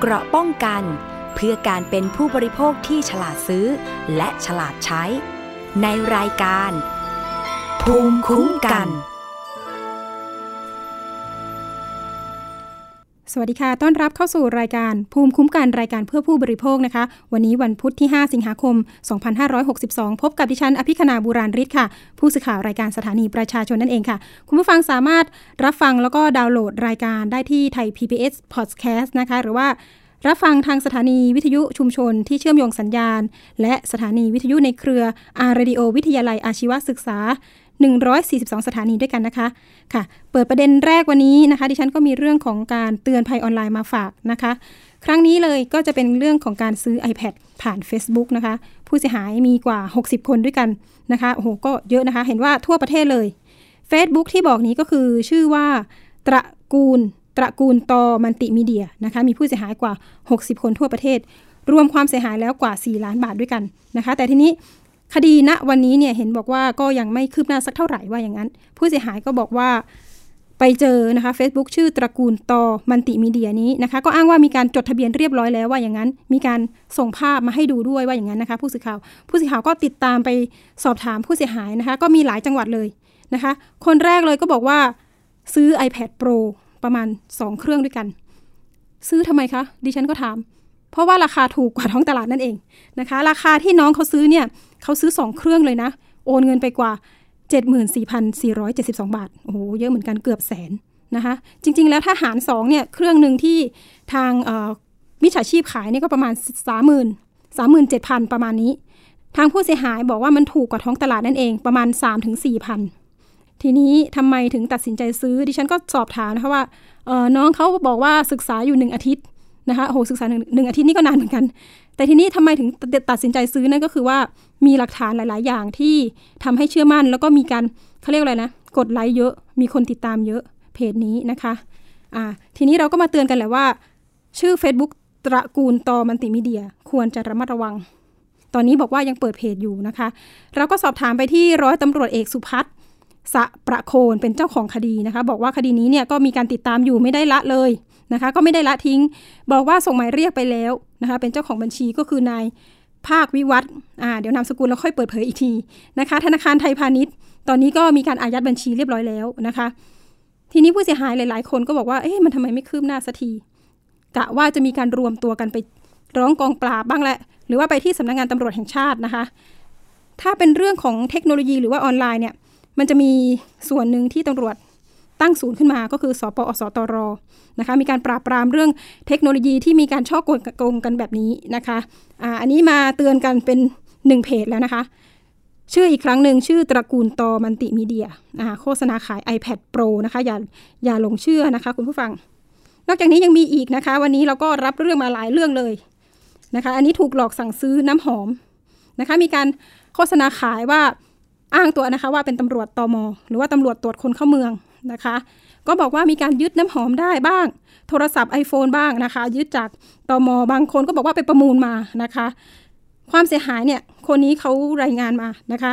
เกราะป้องกันเพื่อการเป็นผู้บริโภคที่ฉลาดซื้อและฉลาดใช้ในรายการภูมิคุ้มกันสวัสดีค่ะต้อนรับเข้าสู่รายการภูมิคุ้มกันรายการเพื่อผู้บริโภคนะคะวันนี้วันพุธที่5สิงหาคม2562พบกับดิฉันอภิคณาบุราริศค่ะผู้สื่อข่าวรายการสถานีประชาชนนั่นเองค่ะคุณผู้ฟังสามารถรับฟังแล้วก็ดาวน์โหลดรายการได้ที่ไทย PBS Podcast นะคะหรือว่ารับฟังทางสถานีวิทยุชุมชนที่เชื่อมโยงสัญญาณและสถานีวิทยุในเครือRadio วิทยาลัยอาชีวศึกษา142 สถานีด้วยกันนะคะค่ะเปิดประเด็นแรกวันนี้นะคะดิฉันก็มีเรื่องของการเตือนภัยออนไลน์มาฝากนะคะครั้งนี้เลยก็จะเป็นเรื่องของการซื้อ iPad ผ่าน Facebook นะคะผู้เสียหายมีกว่า60คนด้วยกันนะคะโอ้โหก็เยอะนะคะเห็นว่าทั่วประเทศเลย Facebook ที่บอกนี้ก็คือชื่อว่าตระกูลตอมัลติมีเดียนะคะมีผู้เสียหายกว่า60คนทั่วประเทศรวมความเสียหายแล้วกว่า4ล้านบาทด้วยกันนะคะแต่ทีนี้คดีณวันนี้เนี่ยเห็นบอกว่าก็ยังไม่คืบหน้าสักเท่าไหร่ว่าอย่างนั้นผู้เสียหายก็บอกว่าไปเจอนะคะ Facebook ชื่อตระกูลตอมัลติมีเดียนี้นะคะก็อ้างว่ามีการจดทะเบียนเรียบร้อยแล้วว่าอย่างนั้นมีการส่งภาพมาให้ดูด้วยว่าอย่างนั้นนะคะผู้สื่อข่าวก็ติดตามไปสอบถามผู้เสียหายนะคะก็มีหลายจังหวัดเลยนะคะคนแรกเลยก็บอกว่าซื้อ iPad Pro ประมาณ2เครื่องด้วยกันซื้อทำไมคะดิฉันก็ถามเพราะว่าราคาถูกกว่าท้องตลาดนั่นเองนะคะราคาที่น้องเขาซื้อเนี่ยเขาซื้อ2เครื่องเลยนะโอนเงินไปกว่า 74,472 บาทโอ้โหเยอะเหมือนกันเกือบแสนนะคะจริงๆแล้วถ้าหาร2เนี่ยเครื่องนึงที่ทางมิจฉาชีพขายเนี่ยก็ประมาณ 37,000 ประมาณนี้ทางผู้เสียหายบอกว่ามันถูกกว่าท้องตลาดนั่นเองประมาณ 3-4,000 ทีนี้ทำไมถึงตัดสินใจซื้อดิฉันก็สอบถามนะคะว่าน้องเขาบอกว่าศึกษาอยู่1อาทิตย์นะคะโอ้โหศึกษา1อาทิตย์นี่ก็นานเหมือนกันแต่ทีนี้ทำไมถึงตัดสินใจซื้อนั่นก็คือว่ามีหลักฐานหลายๆอย่างที่ทำให้เชื่อมั่นแล้วก็มีการเขาเรียกอะไรนะกดไลค์เยอะมีคนติดตามเยอะเพจนี้นะคะทีนี้เราก็มาเตือนกันแหละว่าชื่อ Facebook ตระกูลตอมัลติมีเดียควรจะระมัดระวังตอนนี้บอกว่ายังเปิดเพจอยู่นะคะเราก็สอบถามไปที่ร้อยตำรวจเอกสุพัฒน์สะประโคนเป็นเจ้าของคดีนะคะบอกว่าคดีนี้เนี่ยก็มีการติดตามอยู่ไม่ได้ละเลยนะคะก็ไม่ได้ละทิ้งบอกว่าส่งหมายเรียกไปแล้วนะคะเป็นเจ้าของบัญชีก็คือนายภาควิวัฒน์เดี๋ยวนามสกุลเราค่อยเปิดเผยอีกทีนะคะธนาคารไทยพาณิชย์ตอนนี้ก็มีการอายัดบัญชีเรียบร้อยแล้วนะคะทีนี้ผู้เสียหายหลายๆคนก็บอกว่ามันทำไมไม่คืบหน้าสักทีกะว่าจะมีการรวมตัวกันไปร้องกองปราบบ้างแหละหรือว่าไปที่สำนักงานตำรวจแห่งชาตินะคะถ้าเป็นเรื่องของเทคโนโลยีหรือว่าออนไลน์เนี่ยมันจะมีส่วนหนึ่งที่ตำรวจตั้งศูนย์ขึ้นมาก็คือสปอสตรนะคะมีการปราบปรามเรื่องเทคโนโลยีที่มีการช่อโกงกันแบบนี้นะคะอันนี้มาเตือนกันเป็น1เพจแล้วนะคะชื่ออีกครั้งหนึ่งชื่อตระกูลตอมัลติมีเดียโฆษณาขาย iPad Pro นะคะอย่าหลงเชื่อนะคะคุณผู้ฟังนอกจากนี้ยังมีอีกนะคะวันนี้เราก็รับเรื่องมาหลายเรื่องเลยนะคะอันนี้ถูกหลอกสั่งซื้อน้ำหอมนะคะมีการโฆษณาขายว่าอ้างตัวนะคะว่าเป็นตำรวจตม.หรือว่าตำรวจตรวจคนเข้าเมืองนะคะก็บอกว่ามีการยึดน้ำหอมได้บ้างโทรศัพท์ iPhone บ้างนะคะยึดจากตม.บางคนก็บอกว่าไปประมูลมานะคะความเสียหายเนี่ยคนนี้เขารายงานมานะคะ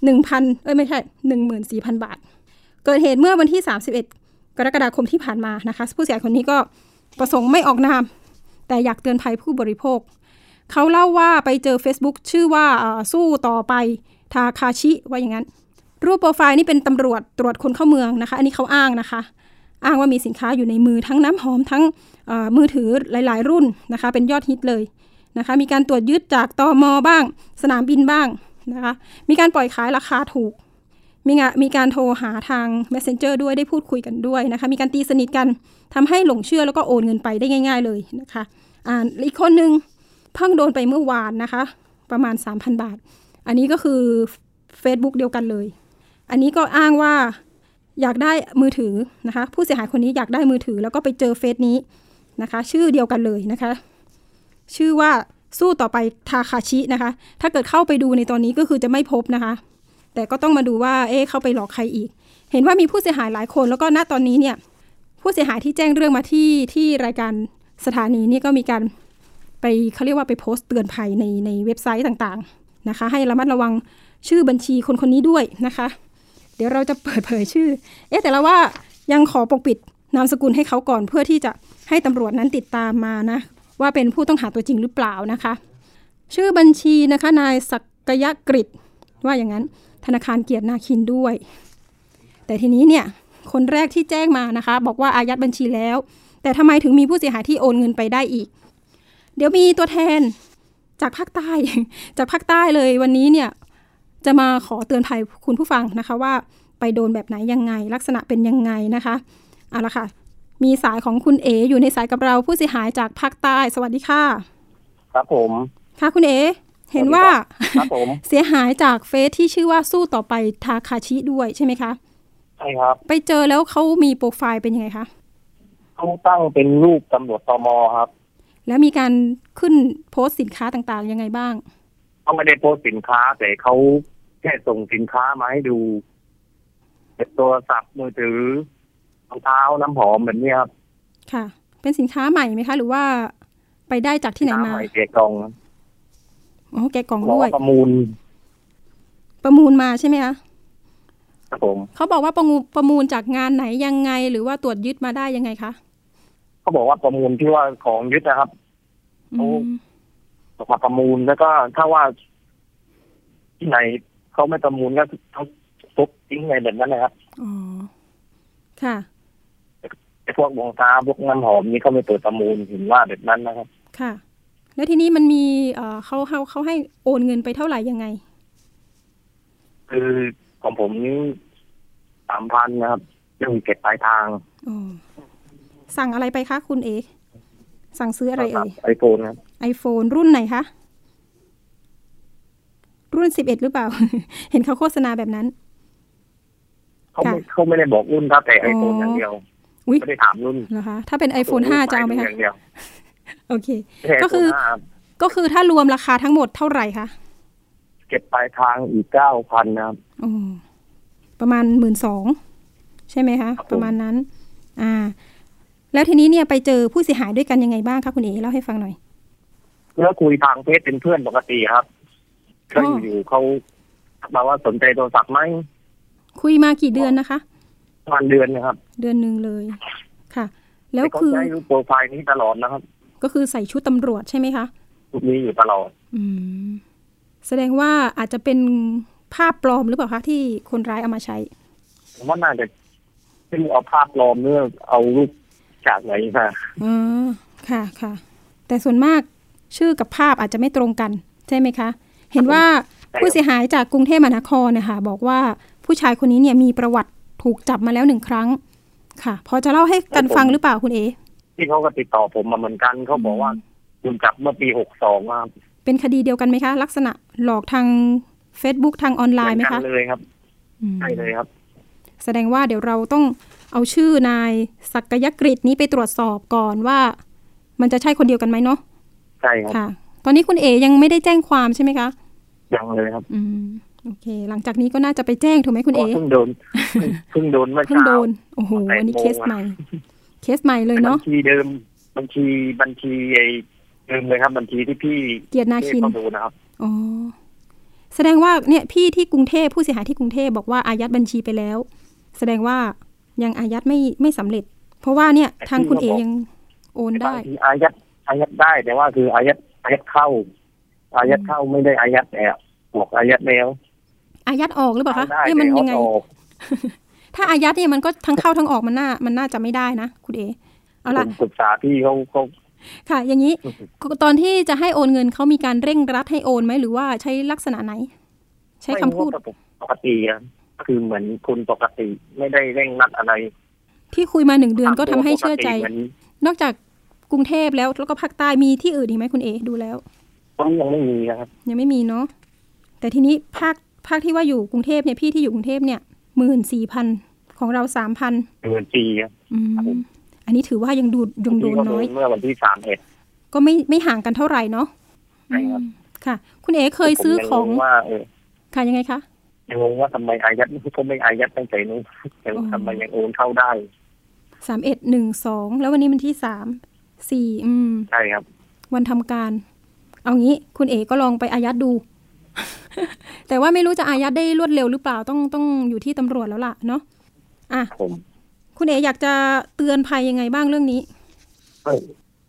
14,000 บาทเกิดเหตุเมื่อวันที่31กรกฎาคมที่ผ่านมานะคะผู้เสียหายคนนี้ก็ประสงค์ไม่ออกนามแต่อยากเตือนภัยผู้บริโภคเขาเล่าว่าไปเจอ Facebook ชื่อว่าสู้ต่อไปทาคาชิว่าอย่างนั้นรูปโปรไฟล์นี่เป็นตำรวจตรวจคนเข้าเมืองนะคะอันนี้เขาอ้างนะคะอ้างว่ามีสินค้าอยู่ในมือทั้งน้ำหอมทั้งมือถือหลายๆรุ่นนะคะเป็นยอดฮิตเลยนะคะมีการตรวจยึดจากตม.บ้างสนามบินบ้างนะคะมีการปล่อยขายราคาถูกมีการโทรหาทาง Messenger ด้วยได้พูดคุยกันด้วยนะคะมีการตีสนิทกันทำให้หลงเชื่อแล้วก็โอนเงินไปได้ง่ายๆเลยนะคะอีกคนนึงเพิ่งโดนไปเมื่อวานนะคะประมาณ 3,000 บาทอันนี้ก็คือ Facebook เดียวกันเลยอันนี้ก็อ้างว่าอยากได้มือถือนะคะผู้เสียหายคนนี้อยากได้มือถือแล้วก็ไปเจอเฟซนี้นะคะชื่อเดียวกันเลยนะคะชื่อว่าสู้ต่อไปทาคาชินะคะถ้าเกิดเข้าไปดูในตอนนี้ก็คือจะไม่พบนะคะแต่ก็ต้องมาดูว่าเข้าไปหลอกใครอีกเห็นว่ามีผู้เสียหายหลายคนแล้วก็ณตอนนี้เนี่ยผู้เสียหายที่แจ้งเรื่องมาที่รายการสถานีนี่ก็มีการไปเขาเรียกว่าไปโพสต์เตือนภัยในเว็บไซต์ต่างๆนะคะให้ระมัดระวังชื่อบัญชีคนนี้ด้วยนะคะเดี๋ยวเราจะเปิดเผยชื่อแต่ละว่ายังขอปกปิดนามสกุลให้เขาก่อนเพื่อที่จะให้ตำรวจนั้นติดตามมานะว่าเป็นผู้ต้องหาตัวจริงหรือเปล่านะคะชื่อบัญชีนะคะนายศักยกฤษว่าอย่างนั้นธนาคารเกียรตินาคินด้วยแต่ทีนี้เนี่ยคนแรกที่แจ้งมานะคะบอกว่าอายัดบัญชีแล้วแต่ทำไมถึงมีผู้เสียหายที่โอนเงินไปได้อีกเดี๋ยวมีตัวแทนจากภาคใต้ จากภาคใต้เลยวันนี้เนี่ยจะมาขอเตือนภัยคุณผู้ฟังนะคะว่าไปโดนแบบไหนยังไงลักษณะเป็นยังไงนะคะเอาละค่ะมีสายของคุณเออยู่ในสายกับเราผู้เสียหายจากภาคใต้สวัสดีค่ะครับผมค่ะคุณเอเห็นว่าครับผมเสียหายจากเฟซที่ชื่อว่าสู้ต่อไปทาคาชิด้วยใช่ไหมคะใช่ครับไปเจอแล้วเขามีโปรไฟล์เป็นยังไงคะเขาตั้งเป็นรูปตำรวจตม.ครับแล้วมีการขึ้นโพสต์สินค้าต่างๆยังไงบ้างเขาไม่ได้โพสต์สินค้าแต่เขาแค่ส่งสินค้ามาให้ดูเป็นโทรศัพท์มือถือรองเท้าน้ำหอมแบบนี้ครับค่ะเป็นสินค้าใหม่ไหมคะหรือว่าไปได้จากที่ไหนมาแกะกล่องอ๋อแกะกล่องด้วยประมูลมาใช่ไหมคะครับผมเขาบอกว่าประมูลจากงานไหนยังไงหรือว่าตรวจยึดมาได้ยังไงคะเขาบอกว่าประมูลที่ว่าของยึดนะครับเขาบอกว่าประมูลแล้วก็ถ้าว่าที่ไหนเขาไม่ประมูลก็เขาทุบทิ้งในแบบนั้นนะครับอ๋อค่ะไอ้พวกวงตาพวกน้ำหอมนี่เขาไม่เปิดประมูลเห็นว่าแบบนั้นนะครับค่ะแล้วทีนี้มันมีเขาให้โอนเงินไปเท่าไหร่ยังไงคือของผมนี่ 3,000 นะครับยังมีเก็บปลายทางอ๋อสั่งอะไรไปคะคุณเอสั่งซื้ออะไรเอ่ย iPhone ครับ iPhone รุ่นไหนคะรุ่น11หรือเปล่า เห็นเขาโฆษณาแบบนั้นเขาไม่ได้บอกรุ่นครับแต่ iPhone อย่างเดียวไม่ได้ถามรุ่นเหรอคะถ้าเป็น iPhone 5จะเอาไหมคะโอเคก็คือถ้ารวมราคาทั้งหมดเท่าไหร่คะเก็บปลายทางอีก 9,000 นะครับประมาณ 12,000 ใช่ไหมคะประมาณนั้นแล้วทีนี้เนี่ยไปเจอผู้เสียหายด้วยกันยังไงบ้างคะคุณเอ๋เล่าให้ฟังหน่อยแล้วคุยทางเฟซเป็นเพื่อนปกติครับก็อยู่เขาบอกว่าสนใจโทรศัพท์ไหมคุยมากี่เดือนนะคะประมาณเดือนนะครับเดือนนึงเลยค่ะแล้วคือใช้โปรไฟล์นี้ตลอดนะครับก็คือใส่ชุดตำรวจใช่ไหมคะชุดนี้อยู่ตลอดแสดงว่าอาจจะเป็นภาพปลอมหรือเปล่าคะที่คนร้ายเอามาใช้ผมว่าน่าจะเป็นเอาภาพปลอมเมื่อเอารูปจากไหนค่ะค่ะแต่ส่วนมากชื่อกับภาพอาจจะไม่ตรงกันใช่ไหมคะเห็นว่าผู้เสียหายจากกรุงเทพมหานครเนี่ยค่ะบอกว่าผู้ชายคนนี้เนี่ยมีประวัติถูกจับมาแล้ว1 ครั้งค่ะพอจะเล่าให้กันฟังหรือเปล่าคุณเอที่เขาก็ติดต่อผมมาเหมือนกันเขาบอกว่าคุณจับเมื่อปี62ครับเป็นคดีเดียวกันไหมคะลักษณะหลอกทาง Facebook ทางออนไลน์ไหมคะเลยครับใช่เลยครับแสดงว่าเดี๋ยวเราต้องเอาชื่อนายศักยกฤษนี้ไปตรวจสอบก่อนว่ามันจะใช่คนเดียวกันไหมเนาะใช่ครับค่ะตอนนี้คุณเอยังไม่ได้แจ้งความใช่ไหมคะยังเลยครับโอเคหลังจากนี้ก็น่าจะไปแจ้งถูกไหมคุณเอเพิ่งโดนเพิ่งโดนโอ้โหอันนี้เคสใหม่เลยเนาะบัญชีเดิมบัญชีไอ้เดิมเลยครับบัญชีที่พี่เกียรตินาคินเขาดูนะครับอ๋อแสดงว่าเนี่ยพี่ที่กรุงเทพผู้เสียหายที่กรุงเทพบอกว่าอายัดบัญชีไปแล้วแสดงว่ายังอายัดไม่สำเร็จเพราะว่าเนี่ยทางคุณเอยังโอนได้อายัดได้แต่ว่าคืออายัดเข้าไม่ได้อายัดแต่บอกอายัดแล้วอายัดออกหรือเปล่าคะนี่มันยังไงถ้าอายัดเนี่ยมันก็ทั้งเข้าทั้งออกมันน่าจะไม่ได้นะคุณเอเอาล่ะปรึกษาพี่เขาค่ะอย่างนี้ตอนที่จะให้โอนเงินเขามีการเร่งรัดให้โอนไหมหรือว่าใช้ลักษณะไหนใช้คำพูดปกติคือเหมือนคุณปกติไม่ได้เร่งรัดอะไรที่คุยมา1 เดือนก็ทำให้เชื่อใจนอกจากกรุงเทพแล้วก็ภาคใต้มีที่อื่นอีกไหมคุณเอดูแล้วยังไม่มีนะครับยังไม่มีเนาะแต่ทีนี้ภาคที่ว่าอยู่กรุงเทพเนี่ยพี่ที่อยู่กรุงเทพเนี่ย 14,000 ของเรา 3,000 14,000ครับอันนี้ถือว่ายังโดนน้อยเมื่อวันที่31 ก็ไม่ห่างกันเท่าไหร่เนาะใช่ครับค่ะคุณเอ๋เคยซื้อของว่าค่ะยังไงคะยังงงว่าทำไมอายัดเขาไม่อายัดตั้งแต่นู้นทำไมยังโอนเข้าได้ 3112แล้ววันนี้มันที่4 ใช่ครับวันทำการเอางี้คุณเอ๋ก็ลองไปอายัดดู แต่ว่าไม่รู้จะอายัดได้รวดเร็วหรือเปล่าต้องอยู่ที่ตำรวจแล้วล่ะเนาะคุณเอ๋อยากจะเตือนภัยยังไงบ้างเรื่องนี้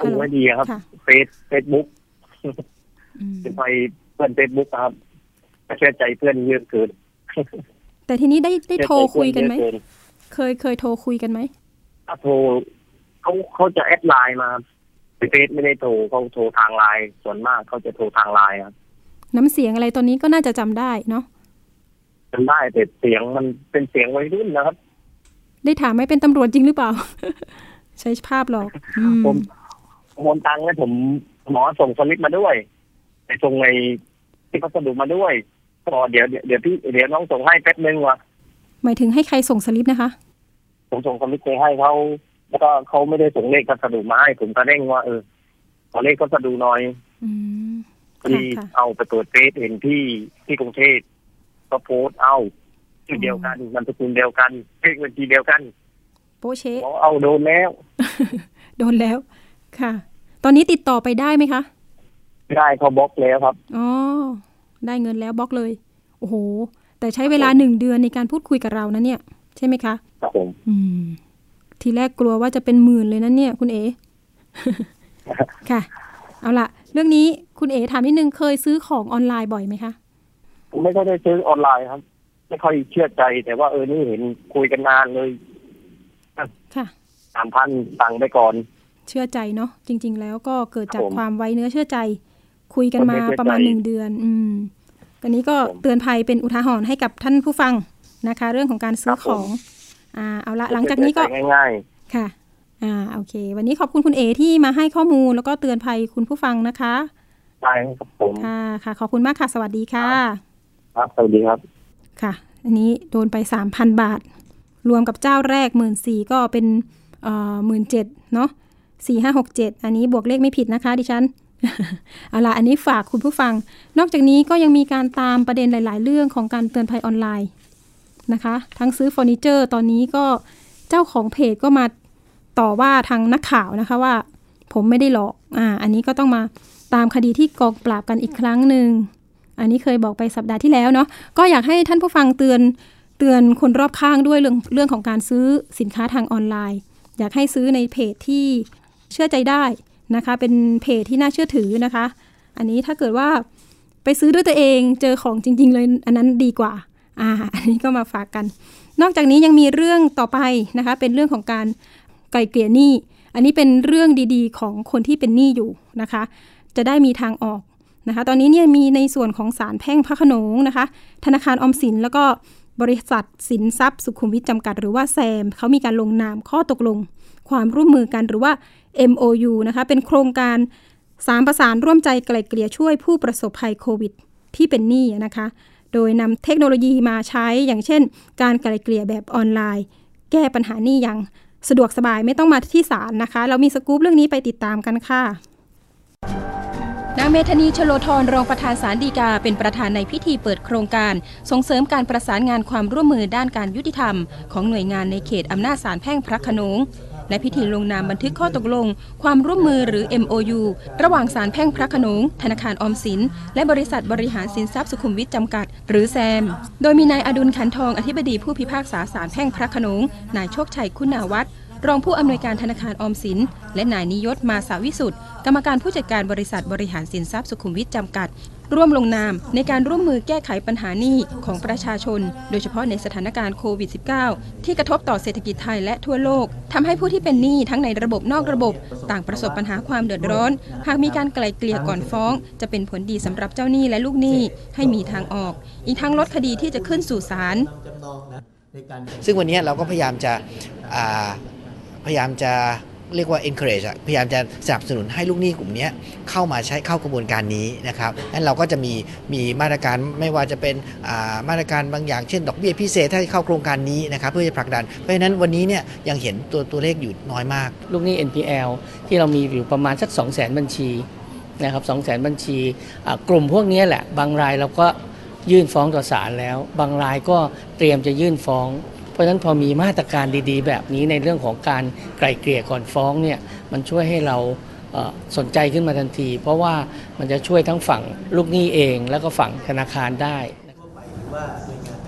ต้องไว้ดีครับเฟซบุ๊กเป็นไปเพื่อนเฟซบุ๊กครับเชื่อใจเพื่อนเยอะเกินแต่ทีนี้ได้โทรคุยกันไหมเคยโทรคุยกันไหมโทรเขาจะแอดไลน์มาเฟซไม่ได้โทรเขาโทรทางไลน์ส่วนมากเขาจะโทรทางไลน์ครับน้ำเสียงอะไรตอนนี้ก็น่าจะจำได้เนาะจำได้แต่เสียงมันเป็นเสียงวัยรุ่นนะครับได้ถามไหมเป็นตำรวจจริงหรือเปล่า ใช้ภาพหรอกผมโอนตังค์ให้ผมหมอส่งสลิปมาด้วยไปส่งในที่พัสดุมาด้วยก็เดี๋ยวน้องส่งให้แป๊บนึงว่ะหมายถึงให้ใครส่งสลิปนะคะผมส่งสลิปไปให้เขาแล้วก็เขาไม่ได้ส่งเลขพัสดุมาให้ผมก็เร่งว่าขอเลขพัสดุหน่อยที่เอาไปตรวจเฟซเห็นที่กรุงเทพก็โพสเอาชื่อเดียวกันนามสกุลเดียวกันเลขบัญชีเดียวกันโป๊ะเช๊ะเอาโดนแล้วโดนแล้วค่ะตอนนี้ติดต่อไปได้ไหมคะได้เขาบล็อกแล้วครับอ๋อได้เงินแล้วบล็อกเลยโอ้โหแต่ใช้เวลา1 เดือนในการพูดคุยกับเรานะเนี่ยใช่ไหมคะครับผมทีแรกกลัวว่าจะเป็น10,000เลยนะเนี่ยคุณเอ๋ ค่ะเอาล่ะเรื่องนี้คุณเอ๋ถามนิดนึงเคยซื้อของออนไลน์บ่อยไหมคะผมไม่ได้ซื้อออนไลน์ครับไม่ค่อยเชื่อใจแต่ว่านี่เห็นคุยกันนานเลยค่ะ 3,000 สั่งไปก่อนเชื่อใจเนาะจริงๆแล้วก็เกิดจากความไว้เนื้อเชื่อใจคุยกันมาประมาณ1 เดือนอันนี้ก็เตือนภัยเป็นอุทาหรณ์ให้กับท่านผู้ฟังนะคะเรื่องของการซื้อของเอาละหลังจากนี้ก็ง่ายๆค่ะโอเควันนี้ขอบคุณคุณเอที่มาให้ข้อมูลแล้วก็เตือนภัยคุณผู้ฟังนะคะได้ครับผมค่ะขอบคุณมากค่ะสวัสดีค่ะครับสวัสดีครับค่ะอันนี้โดนไป 3,000 บาทรวมกับเจ้าแรก 14,000 ก็เป็น17,000 เนาะ4567อันนี้บวกเลขไม่ผิดนะคะดิฉัน เอาล่ะอันนี้ฝากคุณผู้ฟังนอกจากนี้ก็ยังมีการตามประเด็นหลายๆเรื่องของการเตือนภัยออนไลน์นะคะทั้งซื้อเฟอร์นิเจอร์ตอนนี้ก็เจ้าของเพจก็มาต่อว่าทางนักข่าวนะคะว่าผมไม่ได้หลอกอันนี้ก็ต้องมาตามคดีที่กองปราบกันอีกครั้งหนึ่งอันนี้เคยบอกไปสัปดาห์ที่แล้วเนาะก็อยากให้ท่านผู้ฟังเตือนคนรอบข้างด้วยเรื่องของการซื้อสินค้าทางออนไลน์อยากให้ซื้อในเพจที่เชื่อใจได้นะคะเป็นเพจที่น่าเชื่อถือนะคะอันนี้ถ้าเกิดว่าไปซื้อด้วยตัวเองเจอของจริงๆเลยอันนั้นดีกว่าอันนี้ก็มาฝากกันนอกจากนี้ยังมีเรื่องต่อไปนะคะเป็นเรื่องของการไกล่เกลี่ยหนี้อันนี้เป็นเรื่องดีๆของคนที่เป็นหนี้อยู่นะคะจะได้มีทางออกนะคะตอนนี้เนี่ยมีในส่วนของศาลแพ่งพระโขนงนะคะธนาคารออมสินแล้วก็บริษัทสินทรัพย์สุขุมวิทจำกัดหรือว่าแซมเขามีการลงนามข้อตกลงความร่วมมือกันหรือว่า MOU นะคะเป็นโครงการ3ประสานร่วมใจไกล่เกลี่ยช่วยผู้ประสบภัยโควิดที่เป็นหนี้นะคะโดยนำเทคโนโลยีมาใช้อย่างเช่นการไกล่เกลี่ยแบบออนไลน์แก้ปัญหาหนี้อย่างสะดวกสบายไม่ต้องมาที่ศาลนะคะเรามีสกู๊ปเรื่องนี้ไปติดตามกันค่ะนางเมธานีชโลธรรองประธานศาลฎีกาเป็นประธานในพิธีเปิดโครงการส่งเสริมการประสานงานความร่วมมือด้านการยุติธรรมของหน่วยงานในเขตอำนาจศาลแพ่งพระโขนงและพิธีลงนามบันทึกข้อตกลงความร่วมมือหรือ MOU ระหว่างศาลแพ่งพระโขนงธนาคารออมสินและบริษัทบริหารสินทรัพย์สุขุมวิทจำกัดหรือแซมโดยมีนายอดุลขันทองอธิบดีผู้พิพากษาศาลแพ่งพระโขนงนายโชคชัยคุณาวัฒน์รองผู้อำนวยการธนาคารออมสินและนายนิยศมาสาวิสุทธิ์กรรมการผู้จัดการบริษัทบริหารสินทรัพย์สุขุมวิทจำกัดร่วมลงนามในการร่วมมือแก้ไขปัญหาหนี้ของประชาชนโดยเฉพาะในสถานการณ์โควิด -19 ที่กระทบต่อเศรษฐกิจไทยและทั่วโลกทำให้ผู้ที่เป็นหนี้ทั้งในระบบนอกระบบต่างประสบปัญหาความเดือดร้อนหากมีการไกล่เกลี่ยก่อนฟ้องจะเป็นผลดีสำหรับเจ้าหนี้และลูกหนี้ให้มีทางออกอีกทั้งลดคดีที่จะขึ้นสู่ศาลซึ่งวันนี้เราก็พยายามจะเรียกว่า encourage พยายามจะสนับสนุนให้ลูกหนี้กลุ่มนี้เข้ามาใช้เข้ากระบวนการนี้นะครับงั้นเราก็จะมีมาตรการไม่ว่าจะเป็นมาตรการบางอย่างเช่นดอกเบี้ยพิเศษถ้าเข้าโครงการนี้นะครับเพื่อจะผลักดันเพราะฉะนั้นวันนี้เนี่ยยังเห็นตัวเลขอยู่น้อยมากลูกหนี้ NPL ที่เรามีอยู่ประมาณสัก 200,000 บัญชีนะครับ 200,000 บัญชีกลุ่มพวกนี้แหละบางรายเราก็ยื่นฟ้องต่อศาลแล้วบางรายก็เตรียมจะยื่นฟ้องเพราะฉะนั้นพอมีมาตรการดีๆแบบนี้ในเรื่องของการไกล่เกลี่ยก่อนฟ้องเนี่ยมันช่วยให้เราสนใจขึ้นมาทันทีเพราะว่ามันจะช่วยทั้งฝั่งลูกหนี้เองแล้วก็ฝั่งธนาคารได้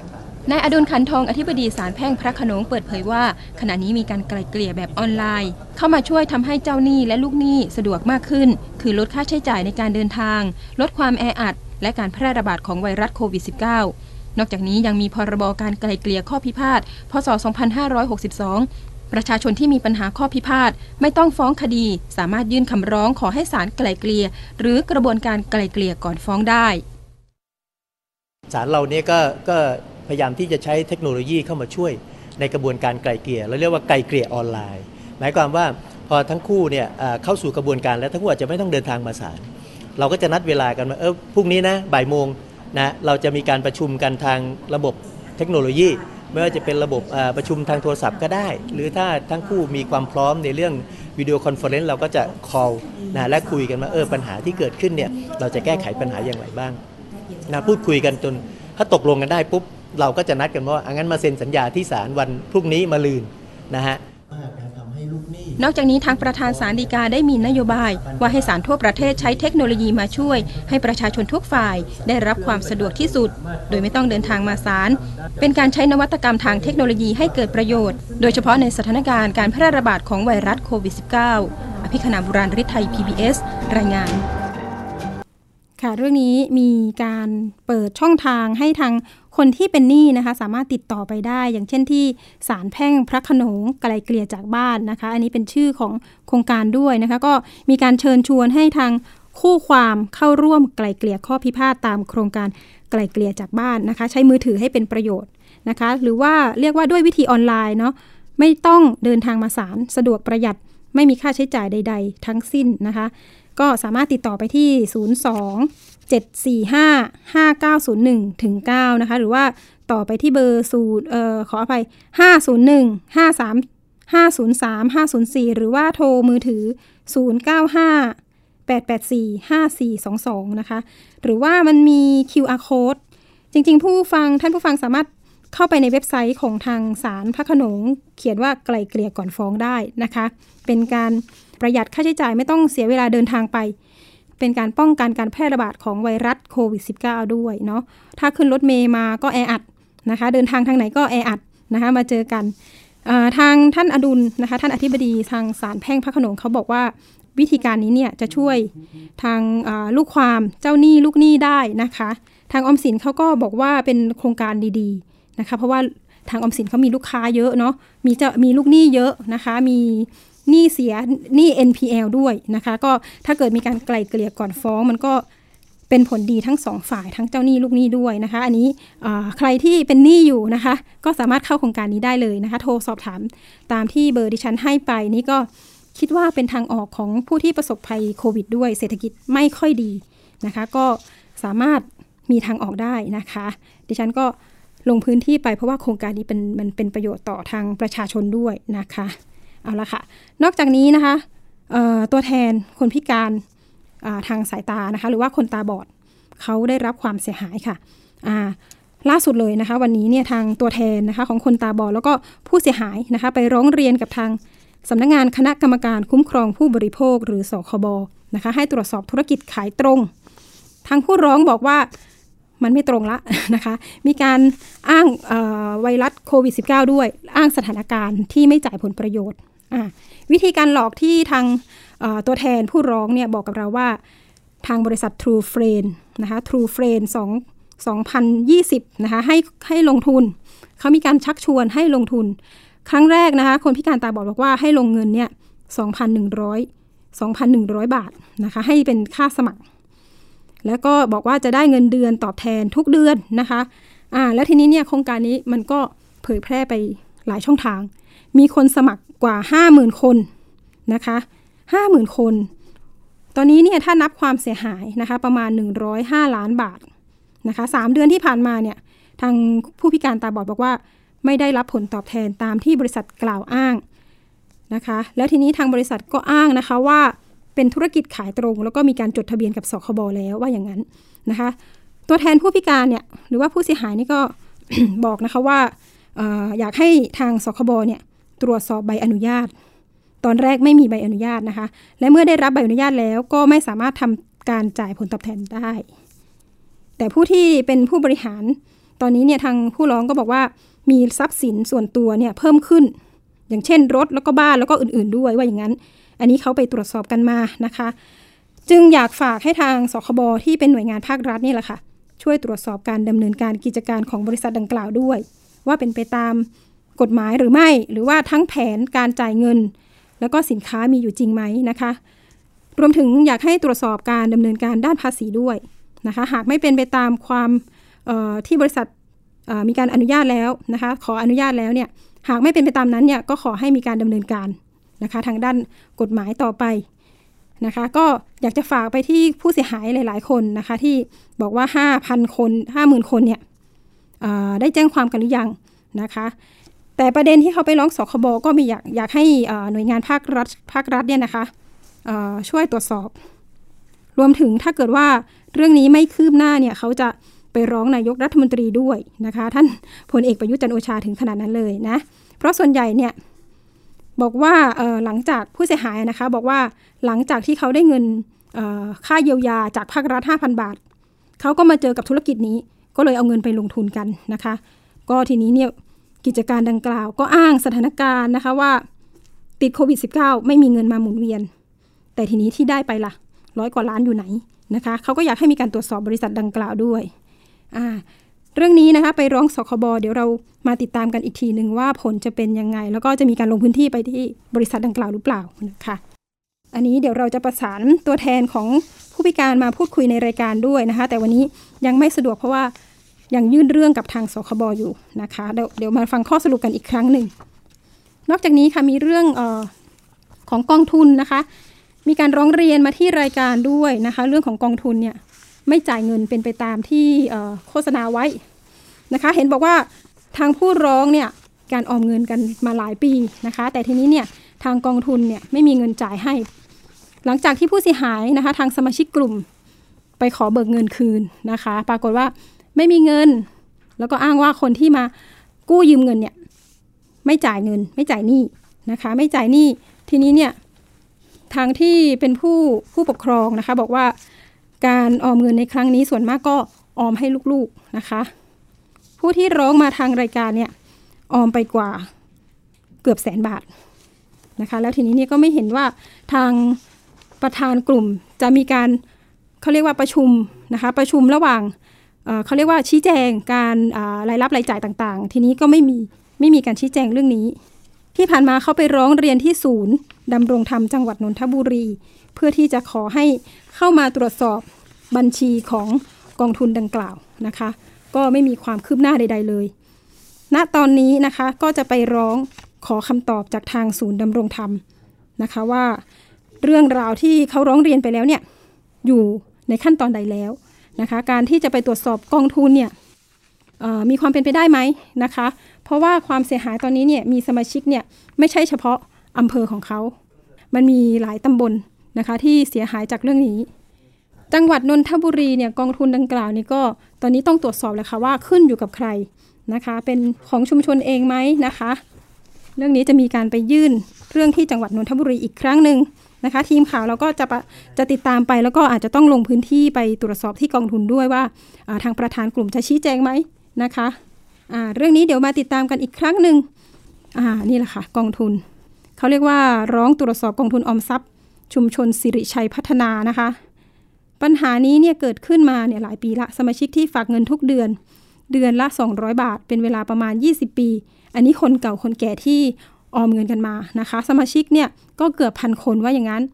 นายอดุลขันทองอธิบดีศาลแพ่งพระโขนงเปิดเผยว่าขณะนี้มีการไกล่เกลี่ยแบบออนไลน์เข้ามาช่วยทำให้เจ้าหนี้และลูกหนี้สะดวกมากขึ้นคือลดค่าใช้จ่ายในการเดินทางลดความแออัดและการแพร่ระบาดของไวรัสโควิด -19 นอกจากนี้ยังมีพรบการไกล่เกลี่ยข้อพิพาทพ.ศ. 2562ประชาชนที่มีปัญหาข้อพิพาทไม่ต้องฟ้องคดีสามารถยื่นคำร้องขอให้ศาลไกล่เกลี่ยหรือกระบวนการไกล่เกลี่ยก่อนฟ้องได้ศาลเราเนี่ยก็พยายามที่จะใช้เทคโนโลยีเข้ามาช่วยในกระบวนการไกล่เกลี่ยเราเรียกว่าไกล่เกลี่ยออนไลน์หมายความว่าพอทั้งคู่เนี่ยเข้าสู่กระบวนการแล้วทั้งคู่อาจจะไม่ต้องเดินทางมาศาลเราก็จะนัดเวลากันว่าพรุ่งนี้นะบ่ายโมงนะเราจะมีการประชุมกันทางระบบเทคโนโลยีไม่ว่าจะเป็นระบบประชุมทางโทรศัพท์ก็ได้หรือถ้าทั้งคู่มีความพร้อมในเรื่องวิดีโอคอนเฟอเรนซ์เราก็จะ call นะและคุยกันว่าปัญหาที่เกิดขึ้นเนี่ยเราจะแก้ไขปัญหาอย่างไรบ้างนะพูดคุยกันจนถ้าตกลงกันได้ปุ๊บเราก็จะนัดกันว่างั้นมาเซ็นสัญญาที่ศาลวันพรุ่งนี้มะรืนนะฮะนอกจากนี้ทางประธานศาลฎีกาได้มีนโยบายว่าให้ศาลทั่วประเทศใช้เทคโนโลยีมาช่วยให้ประชาชนทุกฝ่ายได้รับความสะดวกที่สุดโดยไม่ต้องเดินทางมาศาลเป็นการใช้นวัตกรรมทางเทคโนโลยีให้เกิดประโยชน์โดยเฉพาะในสถานการณ์การแพร่ระบาดของไวรัสโควิด -19 อภิคณา บุราริศไทย PBS รายงานค่ะเรื่องนี้มีการเปิดช่องทางให้ทางคนที่เป็นหนี้นะคะสามารถติดต่อไปได้อย่างเช่นที่ศาลแพ่งพระโขนงไกล่เกลี่ยจากบ้านนะคะอันนี้เป็นชื่อของโครงการด้วยนะคะก็มีการเชิญชวนให้ทางคู่ความเข้าร่วมไกล่เกลี่ยข้อพิพาทตามโครงการไกล่เกลี่ยจากบ้านนะคะใช้มือถือให้เป็นประโยชน์นะคะหรือว่าเรียกว่าด้วยวิธีออนไลน์เนาะไม่ต้องเดินทางมาศาลสะดวกประหยัดไม่มีค่าใช้จ่ายใดๆทั้งสิ้นนะคะก็สามารถติดต่อไปที่02-745-5901-9นะคะหรือว่าต่อไปที่เบอร์ขออภัย501-53-503-504หรือว่าโทรมือถือ095-884-5422นะคะหรือว่ามันมี QR code จริงๆท่านผู้ฟังสามารถเข้าไปในเว็บไซต์ของทางศาลพระโขนงเขียนว่าไกล่เกลี่ยก่อนฟ้องได้นะคะเป็นการประหยัดค่าใช้จ่ายไม่ต้องเสียเวลาเดินทางไปเป็นการป้องกันการแพร่ระบาดของไวรัสโควิด -19 ด้วยเนาะถ้าขึ้นรถเมล์มาก็แออัดนะคะเดินทางทางไหนก็แออัดนะคะมาเจอกันทางท่านอดุลนะคะท่านอธิบดีทางศาลแพ่งพระโขนงเขาบอกว่าวิธีการนี้เนี่ยจะช่วยทางลูกความเจ้าหนี้ลูกหนี้ได้นะคะทางออมสินเขาก็บอกว่าเป็นโครงการดีๆนะคะเพราะว่าทางออมสินเขามีลูกค้าเยอะเนาะมีลูกหนี้เยอะนะคะมีหนี้เสียหนี้ NPL ด้วยนะคะก็ถ้าเกิดมีการไกล่เกลี่ยก่อนฟ้องมันก็เป็นผลดีทั้งสองฝ่ายทั้งเจ้าหนี้ลูกหนี้ด้วยนะคะอันนี้ใครที่เป็นหนี้อยู่นะคะก็สามารถเข้าโครงการนี้ได้เลยนะคะโทรสอบถามตามที่เบอร์ดิฉันให้ไปนี่ก็คิดว่าเป็นทางออกของผู้ที่ประสบภัยโควิดด้วยเศรษฐกิจไม่ค่อยดีนะคะก็สามารถมีทางออกได้นะคะดิฉันก็ลงพื้นที่ไปเพราะว่าโครงการนี้มันเป็นประโยชน์ต่อทางประชาชนด้วยนะคะเอาละค่ะนอกจากนี้นะคะตัวแทนคนพิการทางสายตานะคะหรือว่าคนตาบอดเขาได้รับความเสียหายค่ะล่าสุดเลยนะคะวันนี้เนี่ยทางตัวแทนนะคะของคนตาบอดแล้วก็ผู้เสียหายนะคะไปร้องเรียนกับทางสำนักงานคณะกรรมการคุ้มครองผู้บริโภคหรือสคบนะคะให้ตรวจสอบธุรกิจขายตรงทางผู้ร้องบอกว่ามันไม่ตรงละนะคะมีการอ้างไวรัสโควิด -19 ด้วยอ้างสถานการณ์ที่ไม่จ่ายผลประโยชน์วิธีการหลอกที่ทางตัวแทนผู้ร้องเนี่ยบอกกับเราว่าทางบริษัท True Friend นะคะ True Friend 2020นะคะให้ลงทุนเขามีการชักชวนให้ลงทุนครั้งแรกนะคะคนพิการตาบอดบอกว่าให้ลงเงินเนี่ย 2,100 บาทนะคะให้เป็นค่าสมัครแล้วก็บอกว่าจะได้เงินเดือนตอบแทนทุกเดือนนะคะแล้วทีนี้เนี่ยโครงการนี้มันก็เผยแพร่ไปหลายช่องทางมีคนสมัครกว่า 50,000 คนนะคะ 50,000 คนตอนนี้เนี่ยถ้านับความเสียหายนะคะประมาณ105 ล้านบาทนะคะ3เดือนที่ผ่านมาเนี่ยทางผู้พิการตาบอดบอกว่าไม่ได้รับผลตอบแทนตามที่บริษัทกล่าวอ้างนะคะแล้วทีนี้ทางบริษัทก็อ้างนะคะว่าเป็นธุรกิจขายตรงแล้วก็มีการจดทะเบียนกับสคบแล้วว่าอย่างนั้นนะคะตัวแทนผู้พิการเนี่ยหรือว่าผู้เสียหายนี่ก็ บอกนะคะว่าอยากให้ทางสคบเนี่ยตรวจสอบใบอนุญาตตอนแรกไม่มีใบอนุญาตนะคะและเมื่อได้รับใบอนุญาตแล้วก็ไม่สามารถทำการจ่ายผลตอบแทนได้แต่ผู้ที่เป็นผู้บริหารตอนนี้เนี่ยทางผู้ร้องก็บอกว่ามีทรัพย์สินส่วนตัวเนี่ยเพิ่มขึ้นอย่างเช่นรถแล้วก็บ้านแล้วก็อื่นๆด้วยว่าอย่างนั้นอันนี้เขาไปตรวจสอบกันมานะคะจึงอยากฝากให้ทางสคบที่เป็นหน่วยงานภาครัฐนี่แหละค่ะช่วยตรวจสอบการดำเนินการกิจการของบริษัทดังกล่าวด้วยว่าเป็นไปตามกฎหมายหรือไม่หรือว่าทั้งแผนการจ่ายเงินแล้วก็สินค้ามีอยู่จริงไหมนะคะรวมถึงอยากให้ตรวจสอบการดำเนินการด้านภาษีด้วยนะคะหากไม่เป็นไปตามความที่บริษัทมีการอนุญาตแล้วนะคะขออนุญาตแล้วเนี่ยหากไม่เป็นไปตามนั้นเนี่ยก็ขอให้มีการดำเนินการนะคะทางด้านกฎหมายต่อไปนะคะก็อยากจะฝากไปที่ผู้เสียหายหลายๆคนนะคะที่บอกว่า 5,000 คน 50,000 คนเนี่ยได้แจ้งความกันหรือยังนะคะแต่ประเด็นที่เขาไปร้องสคบก็มีอยากให้หน่วยงานภาครัฐเนี่ยนะคะช่วยตรวจสอบรวมถึงถ้าเกิดว่าเรื่องนี้ไม่คืบหน้าเนี่ยเขาจะไปร้องนายกรัฐมนตรีด้วยนะคะท่านพลเอกประยุทธ์จันทร์โอชาถึงขนาดนั้นเลยนะเพราะส่วนใหญ่เนี่ยบอกว่าหลังจากผู้เสียหายนะคะบอกว่าหลังจากที่เขาได้เงินค่าเยียวยาจากภาครัฐ 5,000 บาทเขาก็มาเจอกับธุรกิจนี้ก็เลยเอาเงินไปลงทุนกันนะคะก็ทีนี้เนี่ยกิจการดังกล่าวก็อ้างสถานการณ์นะคะว่าติดโควิด -19 ไม่มีเงินมาหมุนเวียนแต่ทีนี้ที่ได้ไปล่ะ100 กว่าล้านอยู่ไหนนะคะเขาก็อยากให้มีการตรวจสอบบริษัทดังกล่าวด้วยเรื่องนี้นะคะไปร้องสคบเดี๋ยวเรามาติดตามกันอีกทีหนึ่งว่าผลจะเป็นยังไงแล้วก็จะมีการลงพื้นที่ไปที่บริษัทดังกล่าวหรือเปล่านะคะอันนี้เดี๋ยวเราจะประสานตัวแทนของผู้พิการมาพูดคุยในรายการด้วยนะคะแต่วันนี้ยังไม่สะดวกเพราะว่ายังยื่นเรื่องกับทางสคบอยู่นะคะเดี๋ยวมาฟังข้อสรุปกันอีกครั้งหนึ่งนอกจากนี้ค่ะมีเรื่องของกองทุนนะคะมีการร้องเรียนมาที่รายการด้วยนะคะเรื่องของกองทุนเนี่ยไม่จ่ายเงินเป็นไปตามที่โฆษณาไว้นะคะเห็นบอกว่าทางผู้ร้องเนี่ยการออมเงินกันมาหลายปีนะคะแต่ทีนี้เนี่ยทางกองทุนเนี่ยไม่มีเงินจ่ายให้หลังจากที่ผู้เสียหายนะคะทางสมาชิกกลุ่มไปขอเบิกเงินคืนนะคะปรากฏว่าไม่มีเงินแล้วก็อ้างว่าคนที่มากู้ยืมเงินเนี่ยไม่จ่ายเงินไม่จ่ายหนี้นะคะไม่จ่ายหนี้ทีนี้เนี่ยทางที่เป็นผู้ปกครองนะคะบอกว่าการออมเงินในครั้งนี้ส่วนมากก็ออมให้ลูกๆนะคะผู้ที่ร้องมาทางรายการเนี่ยออมไปกว่าเกือบ100,000 บาทนะคะแล้วทีนี้เนี่ยก็ไม่เห็นว่าทางประธานกลุ่มจะมีการเขาเรียกว่าประชุมนะคะประชุมระหว่างเขาเรียกว่าชี้แจงการรายรับรายจ่ายต่างๆทีนี้ก็ไม่มีการชี้แจงเรื่องนี้ที่ผ่านมาเขาไปร้องเรียนที่ศูนย์ดำรงธรรมจังหวัดนนทบุรีเพื่อที่จะขอให้เข้ามาตรวจสอบบัญชีของกองทุนดังกล่าวนะคะก็ไม่มีความคืบหน้าใดๆเลยณตอนนี้นะคะก็จะไปร้องขอคำตอบจากทางศูนย์ดำรงธรรมนะคะว่าเรื่องราวที่เขาร้องเรียนไปแล้วเนี่ยอยู่ในขั้นตอนใดแล้วนะคะการที่จะไปตรวจสอบกองทุนเนี่ยมีความเป็นไปได้ไหมนะคะเพราะว่าความเสียหายตอนนี้เนี่ยมีสมาชิกเนี่ยไม่ใช่เฉพาะอำเภอของเขามันมีหลายตำบลนะคะที่เสียหายจากเรื่องนี้จังหวัดนนทบุรีเนี่ยกองทุนดังกล่าวนี่ก็ตอนนี้ต้องตรวจสอบเลยค่ะว่าขึ้นอยู่กับใครนะคะเป็นของชุมชนเองไหมนะคะเรื่องนี้จะมีการไปยื่นเรื่องที่จังหวัดนนทบุรีอีกครั้งหนึ่งนะคะทีมข่าวเราก็จะติดตามไปแล้วก็อาจจะต้องลงพื้นที่ไปตรวจสอบที่กองทุนด้วยว่าทางประธานกลุ่มจะชี้แจงไหมนะคะเรื่องนี้เดี๋ยวมาติดตามกันอีกครั้งหนึ่งนี่แหละค่ะกองทุนเขาเรียกว่าร้องตรวจสอบกองทุนออมทรัพย์ชุมชนสิริชัยพัฒนานะคะปัญหานี้เนี่ยเกิดขึ้นมาเนี่ยหลายปีละสมาชิกที่ฝากเงินทุกเดือนละ200 บาทเป็นเวลาประมาณ20 ปีอันนี้คนเก่าคนแก่ที่ออมเงินกันมานะคะสมาชิกเนี่ยก็เกือบ1,000 คนว่าอย่างนั้น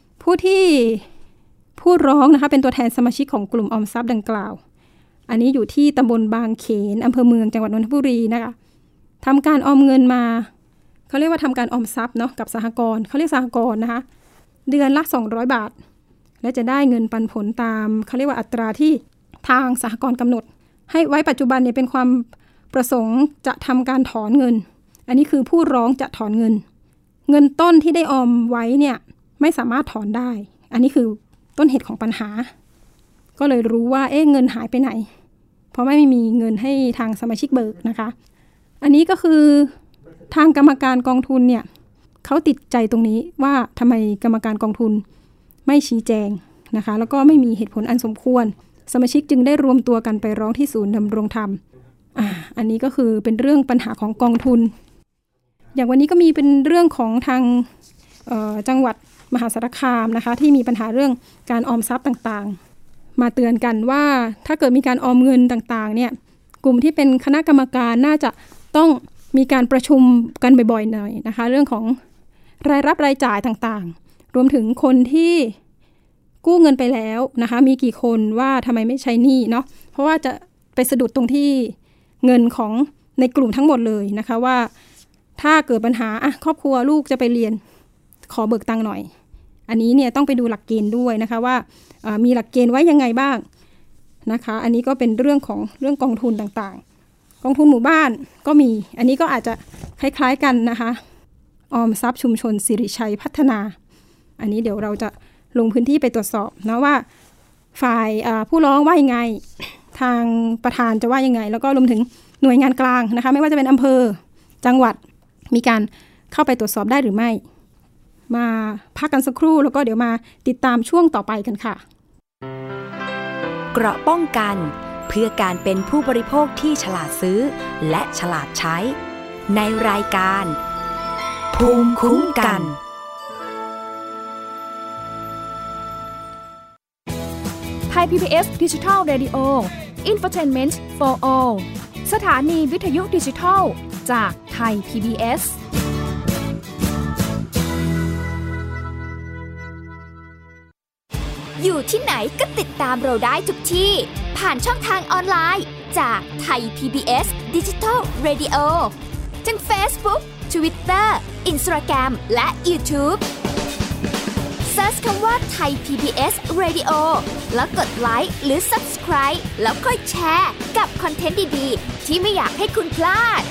ผู้ร้องนะคะเป็นตัวแทนสมาชิกของกลุ่มออมทรัพย์ดังกล่าวอันนี้อยู่ที่ตำบลบางเขนอำเภอเมืองจังหวัดนนทบุรีนะคะทำการออมเงินมาเขาเรียกว่าทำการออมทรัพย์เนาะกับสหกรณ์เขาเรียกสหกรณ์นะคะเดือนละ200 บาทและจะได้เงินปันผลตามเขาเรียกว่าอัตราที่ทางสหกรณ์กำหนดให้ไว้ปัจจุบันเนี่ยเป็นความประสงค์จะทำการถอนเงินอันนี้คือผู้ร้องจะถอนเงินต้นที่ได้ออมไว้เนี่ยไม่สามารถถอนได้อันนี้คือต้นเหตุของปัญหาก็เลยรู้ว่าเงินหายไปไหนเพราะไม่มีเงินให้ทางสมาชิกเบิกนะคะอันนี้ก็คือทางกรรมการกองทุนเนี่ยเขาติดใจตรงนี้ว่าทำไมกรรมการกองทุนไม่ชี้แจงนะคะแล้วก็ไม่มีเหตุผลอันสมควรสมาชิกจึงได้รวมตัวกันไปร้องที่ศูนย์ดำรงธรรมอันนี้ก็คือเป็นเรื่องปัญหาของกองทุนอย่างวันนี้ก็มีเป็นเรื่องของทางจังหวัดมหาสารคามนะคะที่มีปัญหาเรื่องการออมทรัพย์ต่างๆมาเตือนกันว่าถ้าเกิดมีการออมเงินต่างๆเนี่ยกลุ่มที่เป็นคณะกรรมการน่าจะต้องมีการประชุมกันบ่อยๆหน่อยนะคะเรื่องของรายรับรายจ่ายต่างๆรวมถึงคนที่กู้เงินไปแล้วนะคะมีกี่คนว่าทำไมไม่ใช้หนี้เนาะเพราะว่าจะไปสะดุดตรงที่เงินของในกลุ่มทั้งหมดเลยนะคะว่าถ้าเกิดปัญหาครอบครัวลูกจะไปเรียนขอเบิกตังค์หน่อยอันนี้เนี่ยต้องไปดูหลักเกณฑ์ด้วยนะคะว่ามีหลักเกณฑ์ไว้ยังไงบ้างนะคะอันนี้ก็เป็นเรื่องของเรื่องกองทุนต่างๆกองทุนหมู่บ้านก็มีอันนี้ก็อาจจะคล้ายๆกันนะคะออมทรัพย์ชุมชนสิริชัยพัฒนาอันนี้เดี๋ยวเราจะลงพื้นที่ไปตรวจสอบนะว่าฝ่ายผู้ร้องว่ายังไงทางประธานจะว่ายังไงแล้วก็รวมถึงหน่วยงานกลางนะคะไม่ว่าจะเป็นอำเภอจังหวัดมีการเข้าไปตรวจสอบได้หรือไม่มาพักกันสักครู่แล้วก็เดี๋ยวมาติดตามช่วงต่อไปกันค่ะเกราะป้องกันเพื่อการเป็นผู้บริโภคที่ฉลาดซื้อและฉลาดใช้ในรายการภูมิคุ้มกันไทย PBS Digital Radio Infotainment for All สถานีวิทยุดิจิทัลจากไทย PBS อยู่ที่ไหนก็ติดตามเราได้ทุกที่ผ่านช่องทางออนไลน์จากไทย PBS Digital Radio ทั้ง Facebook, Twitter, Instagram และ YouTubeเสิร์ชคำว่าไทย PBS Radio แล้วกดไลค์หรือ Subscribe แล้วค่อยแชร์กับคอนเทนต์ดีๆที่ไม่อยากให้คุณพลาด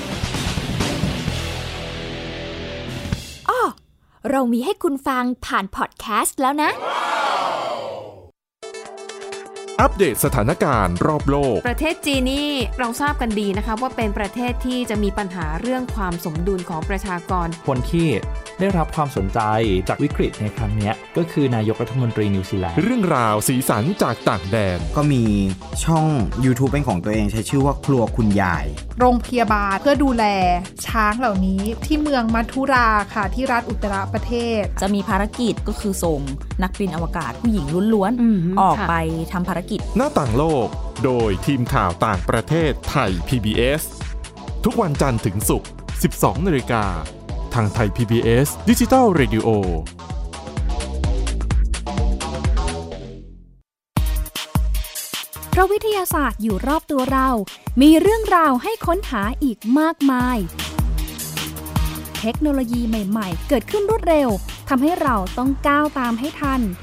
เรามีให้คุณฟังผ่านพอดแคสต์แล้วนะอัปเดตสถานการณ์รอบโลกประเทศจีนนี่เราทราบกันดีนะคะว่าเป็นประเทศที่จะมีปัญหาเรื่องความสมดุลของประชากรคนที่ได้รับความสนใจจากวิกฤตในครั้งนี้ก็คือนายกรัฐมนตรีนิวซีแลนด์เรื่องราวสีสันจากต่างแดนก็มีช่อง YouTube เป็นของตัวเองใช้ชื่อว่าครัวคุณยายโรงพยาบาลเพื่อดูแลช้างเหล่านี้ที่เมืองมัทุราค่ะที่รัฐอุตตรประเทศจะมีภารกิจก็คือส่งนักบินอวกาศผู้หญิงล้วนๆออกไปทำภารกิจหน้าต่างโลกโดยทีมข่าวต่างประเทศไทย PBS ทุกวันจันทร์ถึงศุกร์ 12:00 น.ทางไทย PBS Digital Radio เพราะวิทยาศาสตร์อยู่รอบตัวเรามีเรื่องราวให้ค้นหาอีกมากมายเทคโนโลยีใหม่ๆเกิดขึ้นรวดเร็วทำให้เราต้องก้าวตามให้ทัน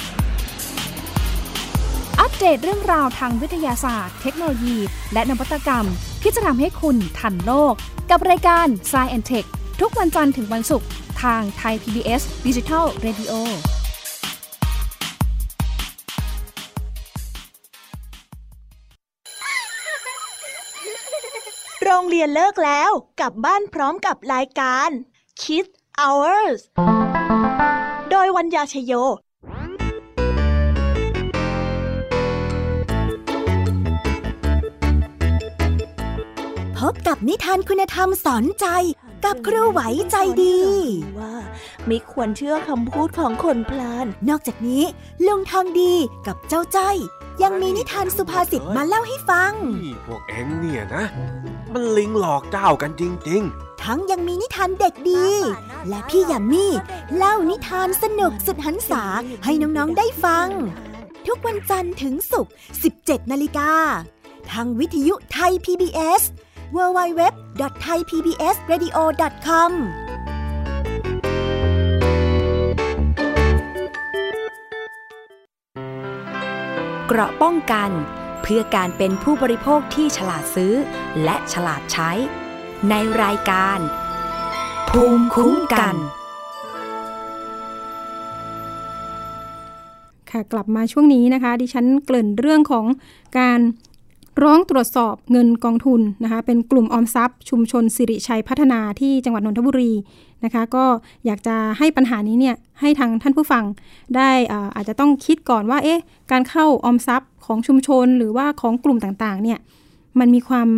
อัปเดตเรื่องราวทางวิทยาศาสตร์เทคโนโลยีและนวัตกรรมที่จะทำให้คุณทันโลกกับรายการ Science and Tech ทุกวันจันทร์ถึงวันศุกร์ทางไทย PBS Digital Radio โรงเรียนเลิกแล้วกลับบ้านพร้อมกับรายการ Kids Hours โดยวัญญาชโยพบกับนิทานคุณธรรมสอนใจกับครูไหวใจดีว่าไม่ควรเชื่อคำพูดของคนพลานนอกจากนี้ลุงทองดีกับเจ้าจ้อยยังมีนิทานสุภาษิตมาเล่าให้ฟังพวกเอ็งเนี่ยนะมันลิงหลอกเจ้ากันจริงๆทั้งยังมีนิทานเด็กดีและพี่ยามีเล่านิทานสนุกสุดหรรษาให้น้องๆได้ฟังทุกวันจันทร์ถึงศุกร์ 17:00 น.ทางวิทยุไทย PBS www.thaipbsradio.com เกราะป้องกันเพื่อการเป็นผู้บริโภคที่ฉลาดซื้อและฉลาดใช้ในรายการภูมิคุ้มกันค่ะกลับมาช่วงนี้นะคะดิฉันเกริ่นเรื่องของการร้องตรวจสอบเงินกองทุนนะคะเป็นกลุ่มออมทรัพย์ชุมชนสิริชัยพัฒนาที่จังหวัดนนทบุรีนะคะก็อยากจะให้ปัญหานี้เนี่ยให้ทางท่านผู้ฟังได้อาจจะต้องคิดก่อนว่าการเข้าออมทรัพย์ของชุมชนหรือว่าของกลุ่มต่างๆเนี่ยมันมีความ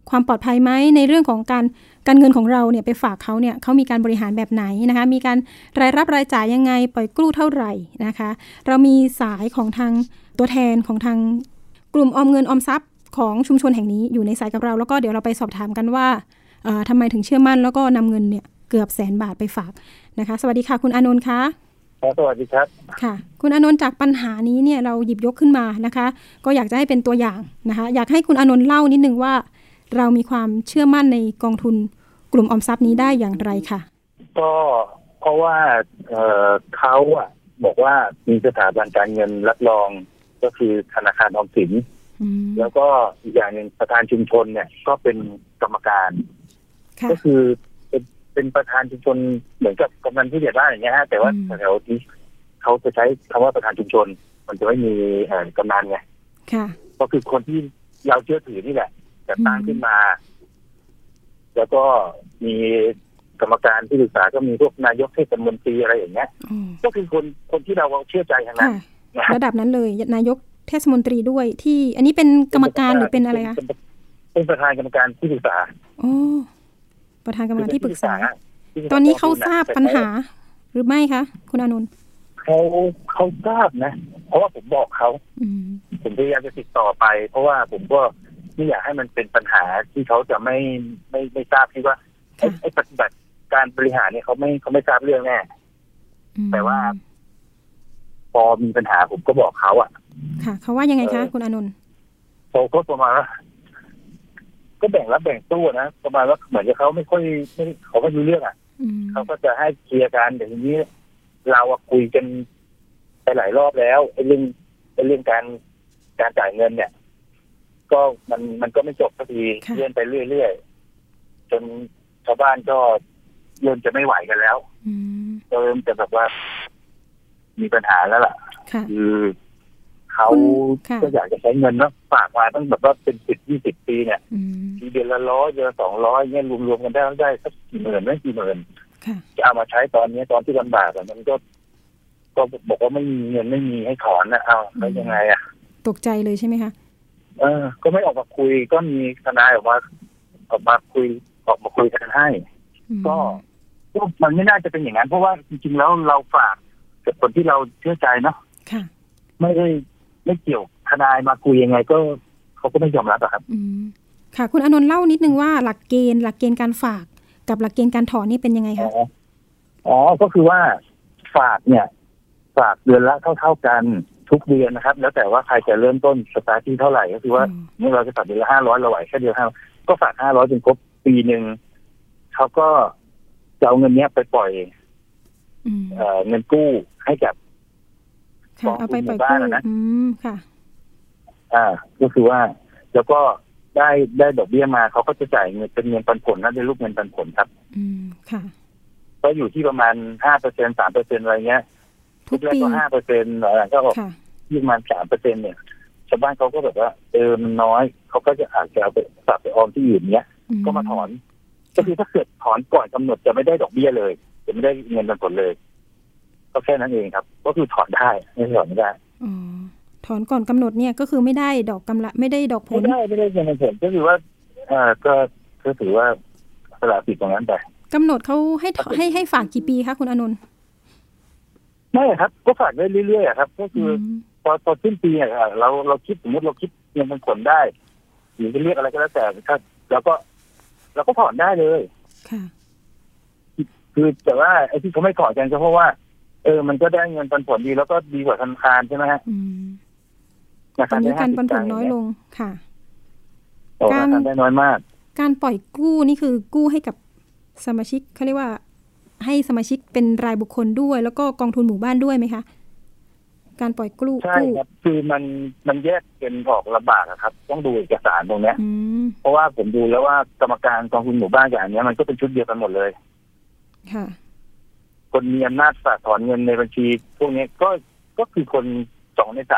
ความปลอดภัยไหมในเรื่องของการเงินของเราเนี่ยไปฝากเขาเนี่ยเขามีการบริหารแบบไหนนะคะมีการรายรับรายจ่ายยังไงปล่อยกู้เท่าไหร่นะคะเรามีสายของทางตัวแทนของทางกลุ่มออมเงินออมทรัพย์ของชุมชนแห่งนี้อยู่ในสายกับเราแล้วก็เดี๋ยวเราไปสอบถามกันว่าทำไมถึงเชื่อมั่นแล้วก็นำเงินเนี่ยเกือบ100,000 บาทไปฝากนะคะสวัสดีค่ะคุณอานนท์คะสวัสดีครับค่ะคุณอานนท์จากปัญหานี้เนี่ยเราหยิบยกขึ้นมานะคะก็อยากจะให้เป็นตัวอย่างนะคะอยากให้คุณอานนท์เล่านิดนึงว่าเรามีความเชื่อมั่นในกองทุนกลุ่มออมทรัพย์นี้ได้อย่างไรค่ะก็เพราะว่าเขาบอกว่ามีสถาบันการเงินรับรองก็คือธนาคารออมสินแล้วก็อีกอย่างหนึ่งประธานชุมชนเนี่ยก็เป็นกรรมการก็คือเป็นประธานชุมชนเหมือนกับกำนันผู้ใหญ่บ้านอย่างเงี้ยฮะแต่ว่าแถวที่เขาจะใช้คำว่าประธานชุมชนมันจะไม่มีกำนันไงก็คือคนที่เราเชื่อถือนี่แหละแต่ตั้งขึ้นมาแล้วก็มีกรรมการที่ปรึกษาก็มีพวกนายกเทศมนตรีอะไรอย่างเงี้ยก็คือคนที่เราเชื่อใจทั้งนั้นระดับนั้นเลยนายกเทศมนตรีด้วยที่อันนี้เป็นกรรมการหรือเป็นอะไรคะเป็นประธานกรรมการที่ปรึกษาประธานกรรมการที่ปรึกษาตอนนี้เขาทราบปัญหาหรือไม่คะคุณอานนท์เขาทราบนะเพราะว่าผมบอกเขาผมพยายามจะติดต่อไปเพราะว่าผมก็ไม่อยากให้มันเป็นปัญหาที่เขาจะไม่ทราบที่ว่าไอ้ปฏิบัติการบริหารเนี่ยเขาไม่ทราบเรื่องแน่แต่ว่าพอมีปัญหาผมก็บอกเขาค่ะเขาว่ายังไงคะคุณอานนท์เขาก็ประมาณว่าก็แบ่งรับแบ่งตู้นะประมาณว่าเหมือนกับเขาไม่เขาไม่รู้เรื่องเขาก็จะให้เคลียร์กันอย่างนี้เราคุยกันไปหลายรอบแล้วไอ้เรื่องการจ่ายเงินเนี่ยก็มันก็ไม่จบสักทีเลื่อนไปเรื่อยๆจนชาวบ้านก็เริ่มจะไม่ไหวกันแล้วเริ่มจะแบบว่ามีปัญหาแล้วล่ะคือเขาก็อยากจะใช้เงินเนาะฝากมาตั้งแบบว่าเป็น10-20 ปีเนี่ยทีเดือนละ100เดือนละ200เนี่ยรวมๆกันได้สักกี่หมื่นไม่กี่หมื่นจะเอามาใช้ตอนนี้ตอนที่ลำบากมันก็บอกว่าไม่มีเงินไม่มีให้ถอนนะเอาแล้วยังไงตกใจเลยใช่ไหมคะก็ไม่ออกมาคุยก็มีทนายออกมาคุยกันให้ก็มันไม่น่าจะเป็นอย่างนั้นเพราะว่าจริงๆแล้วเราฝากกับคนที่เราเชื่อใจเนาะไม่เกี่ยวทนายมาคุยยังไงก็เขาก็ไม่ยอมรับครับค่ะคุณอานนท์เล่านิดนึงว่าหลักเกณฑ์การฝากกับหลักเกณฑ์การถอนนี่เป็นยังไงคะก็คือว่าฝากเนี่ยฝากเดือนละเท่ากันทุกเดือนนะครับแล้วแต่ว่าใครจะเริ่มต้นสตาร์ทที่เท่าไหร่ก็คือว่าเมื่อเราจะฝากเดือนละ500เราไหวแค่เดือน5ก็ฝาก500จนครบปีนึงเขาก็จะเอาเงินเนี้ยไปปล่อยเงินกู้ให้กับเอาไปปล่อยกู้นะค่ะก็คือว่าแล้วก็ได้ดอกเบี้ยมาเขาก็จะจ่ายเงินเป็นเงินปันผลนะเป็นรูปเงินปันผลครับค่ะก็อยู่ที่ประมาณ 5% 3% อะไรเงี้ยทุกแรกก็ 5% อะไรก็ออกที่ประมาณ 3% เนี่ยชาวบ้านเขาก็แบบว่ามันน้อยเขาก็จะอาจจะเอาไปฝากไปออมที่อื่นเนี้ยก็มาถอนก็คือถ้าเกิดถอนก่อนกำหนดจะไม่ได้ดอกเบี้ยเลยจะไม่ได้เงินปันผลเลยก็แค่นั้นเองครับก็คือถอนได้ไม่ถอนไม่ได้ถอนก่อนกำหนดเนี่ยก็คือไม่ได้ดอกกำไรไม่ได้ดอกผลไม่ได้เงินผลก็คือว่าก็ถือว่าสละสิทธิ์ตรงนั้นไปกำหนดเขาให้ฝากกี่ปีคะคุณอานนท์ไม่ครับก็ฝากได้เรื่อยๆครับก็คือพอสิ้นปีเนี่ยเราคิดสมมติเราคิดเงินปันผลได้หรือจะเรียกอะไรก็แล้วแต่ครับเราก็ถอนได้เลยค่ะคือแต่ว่าไอ้ที่เขาไม่ถอนกันก็เพราะว่ามันก็ได้เงินปันผลดีแล้วก็ดีกว่าธนาคารใช่ไหมฮะตอนนี้การปันผลน้อยลงค่ะการได้น้อยมากการปล่อยกู้นี่คือกู้ให้กับสมาชิกเขาเรียกว่าให้สมาชิกเป็นรายบุคคลด้วยแล้วก็กองทุนหมู่บ้านด้วยไหมคะการปล่อยกู้ใช่ครับคือมันแยกเป็นออกลำบากครับต้องดูเอกสารตรงเนี้ยเพราะว่าผมดูแล้วว่ากรรมการกองทุนหมู่บ้านอย่างนี้มันก็เป็นชุดเดียวกันหมดเลยค่ะคนมีอำนาจฝากถอนเงินในบัญชีพวกนี้ก็คือคน2 ใน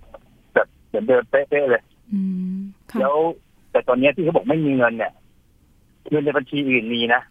3แบบเหมือนเดิมเป๊ะๆเลยแล้วแต่ตอนนี้ที่เขาบอกไม่มีเงินเนี่ยเงินในบัญชีอื่นมีนะ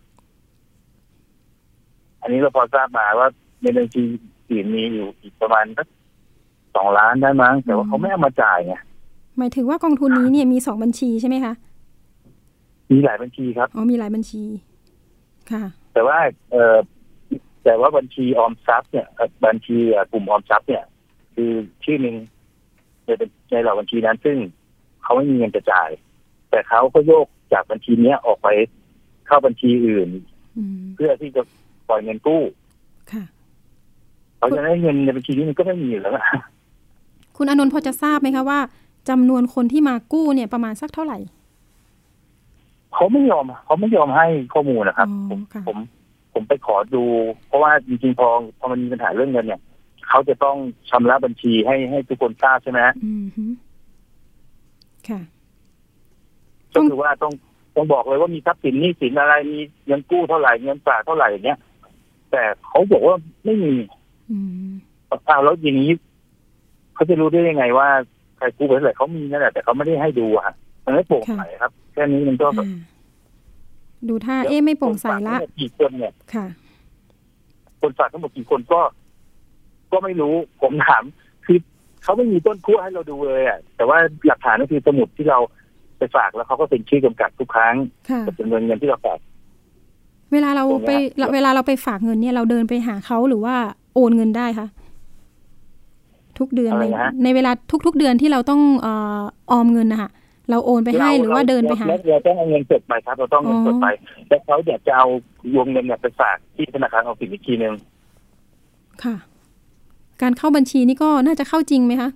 อันนี้เราพอทราบมาว่าในบัญชีอื่นมีอยู่อีกประมาณสัก2 ล้านได้มั้งแต่ว่าเขาไม่เอามาจ่ายไงหมายถึงว่ากองทุนนี้เนี่ยมี2 บัญชีใช่ไหมคะมีหลายบัญชีครับมีหลายบัญชีค่ะแต่ว่าบัญชีออมทรัพย์เนี่ยบัญชีกลุ่มออมทรัพย์เนี่ยคือชื่อหนึ่งในเหล่าบัญชีนั้นซึ่งเขาไม่มีเงินจะจ่ายแต่เขาก็โยกจากบัญชีนี้ออกไปเข้าบัญชีอื่นเพื่อที่จะปล่อยเงินกู้เขาจะได้เงินในบัญชีนี้มันก็ไม่มีแล้วนะคุณอานนท์พอจะทราบไหมคะว่าจำนวนคนที่มากู้เนี่ยประมาณสักเท่าไหร่เขาไม่ยอมให้ข้อมูลนะครับผมไปขอดูเพราะว่าจริงๆพอมันมีปัญหาเรื่องเงินเนี่ยเขาจะต้องชำระบัญชีให้ทุกคนทราบใช่ไหมค่ะก็คือว่าต้องบอกเลยว่ามีทรัพย์สินหนี้สินอะไรมีเงินกู้เท่าไหร่เงินฝากเท่าไหร่อย่างเงี้ยแต่เขาบอกว่าไม่มีแล้วอย่างนี้เขาจะรู้ได้ยังไงว่าใครกู้ไปเท่าไหร่เขามีนั่นแหละแต่เขาไม่ได้ให้ดูอ่ะมันไม่โปร่งใสครับแค่นี้มันก็แบบดูท่าไม่โปร่งใสละกี่คนเนี่ยค่ะคนฝากทั้งหมดกี่คนก็ไม่รู้ผมถามคือเขาไม่มีต้นคั่วให้เราดูเลยอ่ะแต่ว่าหลักฐานก็คือสมุดที่เราไปฝากแล้วเขาก็เป็นชื่อกำกับทุกครั้งกับจำนวนเงินที่เราฝากเวลาเราไปฝากเงินเนี่ยเราเดินไปหาเขาหรือว่าโอนเงินได้คะทุกเดือนในเวลาทุกเดือนที่เราต้องออมเงินนะคะเราโอนไปให้หรือว่าเดินไปหาเราต้องเอาเงินสดไปครับเราต้องเงินสดไปแล้วเขาอยากจะเอาวงเงินเนี่ยไปฝากที่ธนาคารออมสินอีกทีนึงค่ะการเข้าบัญชีนี่ก็น่าจะเข้าจริงไหมคะ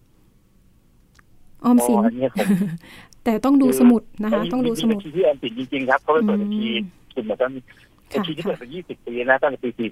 ออมสินแต่ต้องดูสมุดนะคะต้องดูสมุดที่ออมสินจริงๆครับเขาไปเปิดบัญชีคุณมาตั้งบัญชีที่เปิดมา20 ปีนะตั้งแต่ปี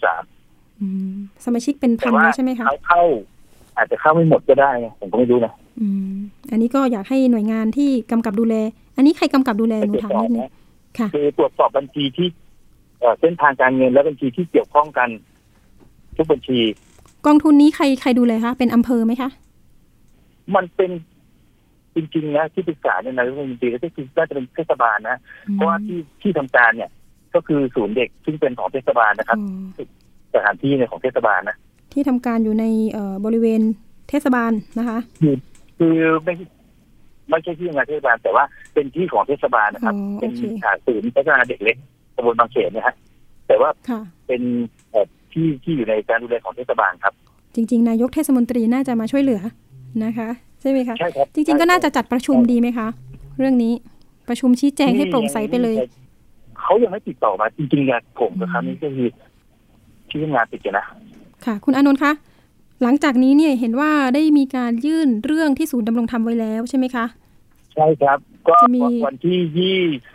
43 สมาชิกเป็นพันแล้วใช่ไหมคะเข้าอาจจะเข้าไม่หมดก็ได้ผมก็ไม่รู้นะอันนี้ก็อยากให้หน่วยงานที่กำกับดูแลอันนี้ใครกำกับดูแลหนูถามนิดนึงค่ะคือตรวจสอบบัญชีที่เส้นทางการเงินและบัญชีที่เกี่ยวข้องกันทุกบัญชีกองทุนนี้ใครดูแลคะเป็นอำเภอไหมคะมันเป็นจริงๆนะที่ปรึกษาเนี่ยนายกรัฐมนตรีก็คือน่าจะเป็นเทศบาลนะเพราะว่าที่ทำการเนี่ยก็คือศูนย์เด็กซึ่งเป็นของเทศบาลนะครับสถานที่ในของเทศบาลนะที่ทำการอยู่ในบริเวณเทศบาลนะคะคือไม่ใช่ที่งานเทศบาลแต่ว่าเป็นที่ของเทศบาลนะครับเป็นศูนย์พัฒนาเด็กเล็กตำบลบางเขนนะฮะแต่ว่าเป็นที่อยู่ในการดูแลของเทศบาลครับจริงๆนายกเทศมนตรีน่าจะมาช่วยเหลือนะคะใช่ไหมคะใช่ครับจริงๆก็น่าจะจัดประชุมดีไหมคะเรื่องนี้ประชุมชี้แจงให้โปร่งใสไปเลยเขายังไม่ติดต่อมาจริงๆเนี่ยผมกับครั้งนี้ก็คือที่ทำงานติดกันนะค่ะคุณอานนท์คะหลังจากนี้เนี่ยเห็นว่าได้มีการยื่นเรื่องที่ศูนย์ดำรงธรรมไว้แล้วใช่ไหมคะใช่ครับก็วันที่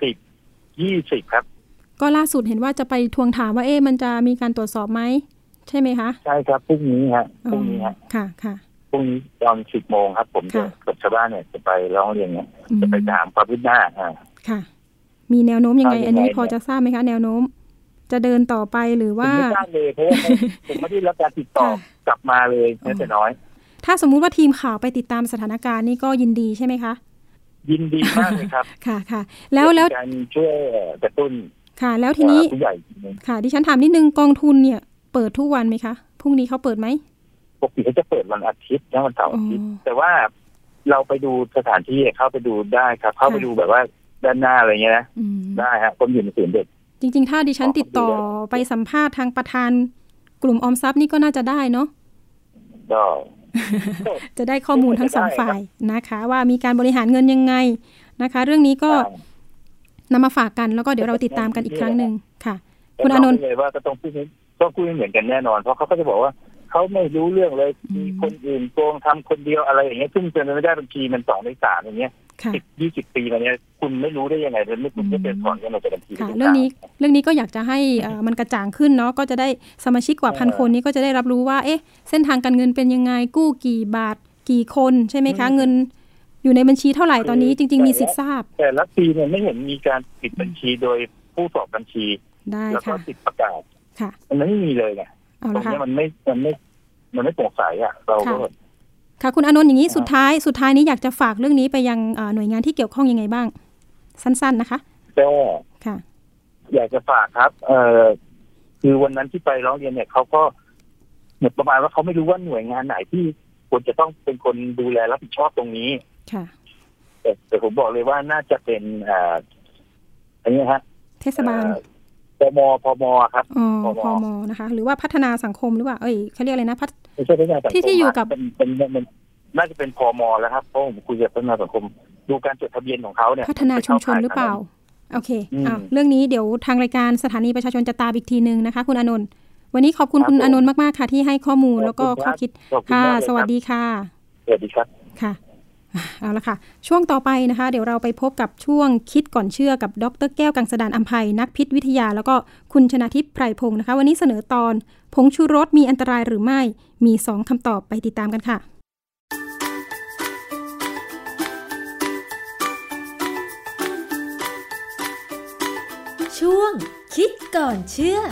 20ครับก็ล่าสุดเห็นว่าจะไปทวงถามว่ามันจะมีการตรวจสอบไหมใช่ไหมคะใช่ครับพรุ่งนี้ฮะพรุ่งนี้ฮะค่ะพรุ่งนี้ตอน 10 โมงครับผมจะกับชาวบ้านเนี่ยจะไปร้องเรียนเนี่ยจะไปถามความคืบหน้าค่ะมีแนวโน้มยังไงอันนี้พอจะทราบไหมคะแนวโน้มจะเดินต่อไปหรือว่าไม่ทราบเลยเพราะว่าผมไม่ได้รับการติดต่อกลับมาเลยแม้แต่น้อยถ้าสมมุติว่าทีมข่าวไปติดตามสถานการณ์นี่ก็ยินดีใช่ไหมคะยินดีมากเลยครับค่ะแล้วการช่วยกระตุ้นค่ะแล้วทีนี้ค่ะดิฉันถามนิดนึงกองทุนเนี่ยเปิดทุกวันไหมคะพรุ่งนี้เขาเปิดไหมปกติเขาจะเปิดวันอาทิตย์และวันเสาร์อาทิตย์แต่ว่าเราไปดูสถานที่เข้าไปดูได้ครับเข้าไปดูแบบว่าด้านหน้าอะไรเงี้ยนะได้ฮะผมอยู่ในศูนย์เด็กจริงๆถ้าดิฉันติดต่อไปสัมภาษณ์ทางประธานกลุ่มออมทรัพย์นี่ก็น่าจะได้เนาะจะได้ข้อมูลทั้งสองฝ่ายนะคะว่ามีการบริหารเงินยังไงนะคะเรื่องนี้ก็นำมาฝากกันแล้วก็เดี๋ยวเราติดตามกันอีกครั้งหนึ่งค่ะคุณอานนท์เลยว่าก็ต้องคุยเหมือนกันแน่นอนเพราะเขาก็จะบอกว่าเขาไม่รู้เรื่องเลยมีคนอื่นโกงทำคนเดียวอะไรอย่างเงี้ยซึ่งเป็นไม่ได้บัญชีมัน2 ใน 3อย่างเงี้ย10-20 ปีมาเนี้ยคุณไม่รู้ได้ยังไงเลยไม่คุณไม่เป็นถอนเงินออกจากบัญชีค่ะเรื่องนี้ก็อยากจะให้มันกระจ่างขึ้นเนาะก็จะได้สมาชิกกว่า1,000 คนนี้ก็จะได้รับรู้ว่าเส้นทางการเงินเป็นยังไงกู้กี่บาทกี่คนใช่ไหมคะเงินอยู่ในบัญชีเท่าไหร่ตอนนี้จริงๆมีสิทธิ์ทราบแต่ละปีเนี่ยไม่เห็นมีการปิดบัญชีโดยผู้สอบบัญชีแล้วก็ติดประกาศมันไม่มีเลยไงตรงนี้มันไม่โปร่งใสอ่ะเราก็ค่ะคุณอานนท์อย่างนี้สุดท้ายนี้อยากจะฝากเรื่องนี้ไปยังหน่วยงานที่เกี่ยวข้องยังไงบ้างสั้นๆนะคะก็อยากจะฝากครับคือวันนั้นที่ไปร้องเรียนเนี่ยเขาก็เหมือนประมาณว่าเขาไม่รู้ว่าหน่วยงานไหนที่ควรจะต้องเป็นคนดูแลรับผิดชอบตรงนี้ค่ะแต่ผมบอกเลยว่าน่าจะเป็นอันนี้ฮะเทศบาลพมครับพมนะคะหรือว่าพัฒนาสังคมหรือว่าเขาเรียกอะไรนะไม่ใช่พัฒนาสังคมที่อยู่กับเป็นน่าจะเป็นพมแล้วครับเพราะผมคุยกับพัฒนาสังคมดูการจดทะเบียนของเขาเนี่ยพัฒนาชุมชนหรือเปล่าโอเคเรื่องนี้เดี๋ยวทางรายการสถานีประชาชนจะตามอีกทีนึงนะคะคุณอานนท์วันนี้ขอบคุณคุณอานนท์มากๆค่ะที่ให้ข้อมูลแล้วก็ข้อคิดค่ะสวัสดีค่ะสวัสดีครับค่ะเอาละค่ะช่วงต่อไปนะคะเดี๋ยวเราไปพบกับช่วงคิดก่อนเชื่อกับดร.แก้วกังสดาลอำไพนักพิษวิทยาแล้วก็คุณชนาทิพย์ไพรพงศ์นะคะวันนี้เสนอตอนผงชูรสมีอันตรายหรือไม่มี2คำตอบไปติดตามกันค่ะช่วงคิดก่อนเชื่อ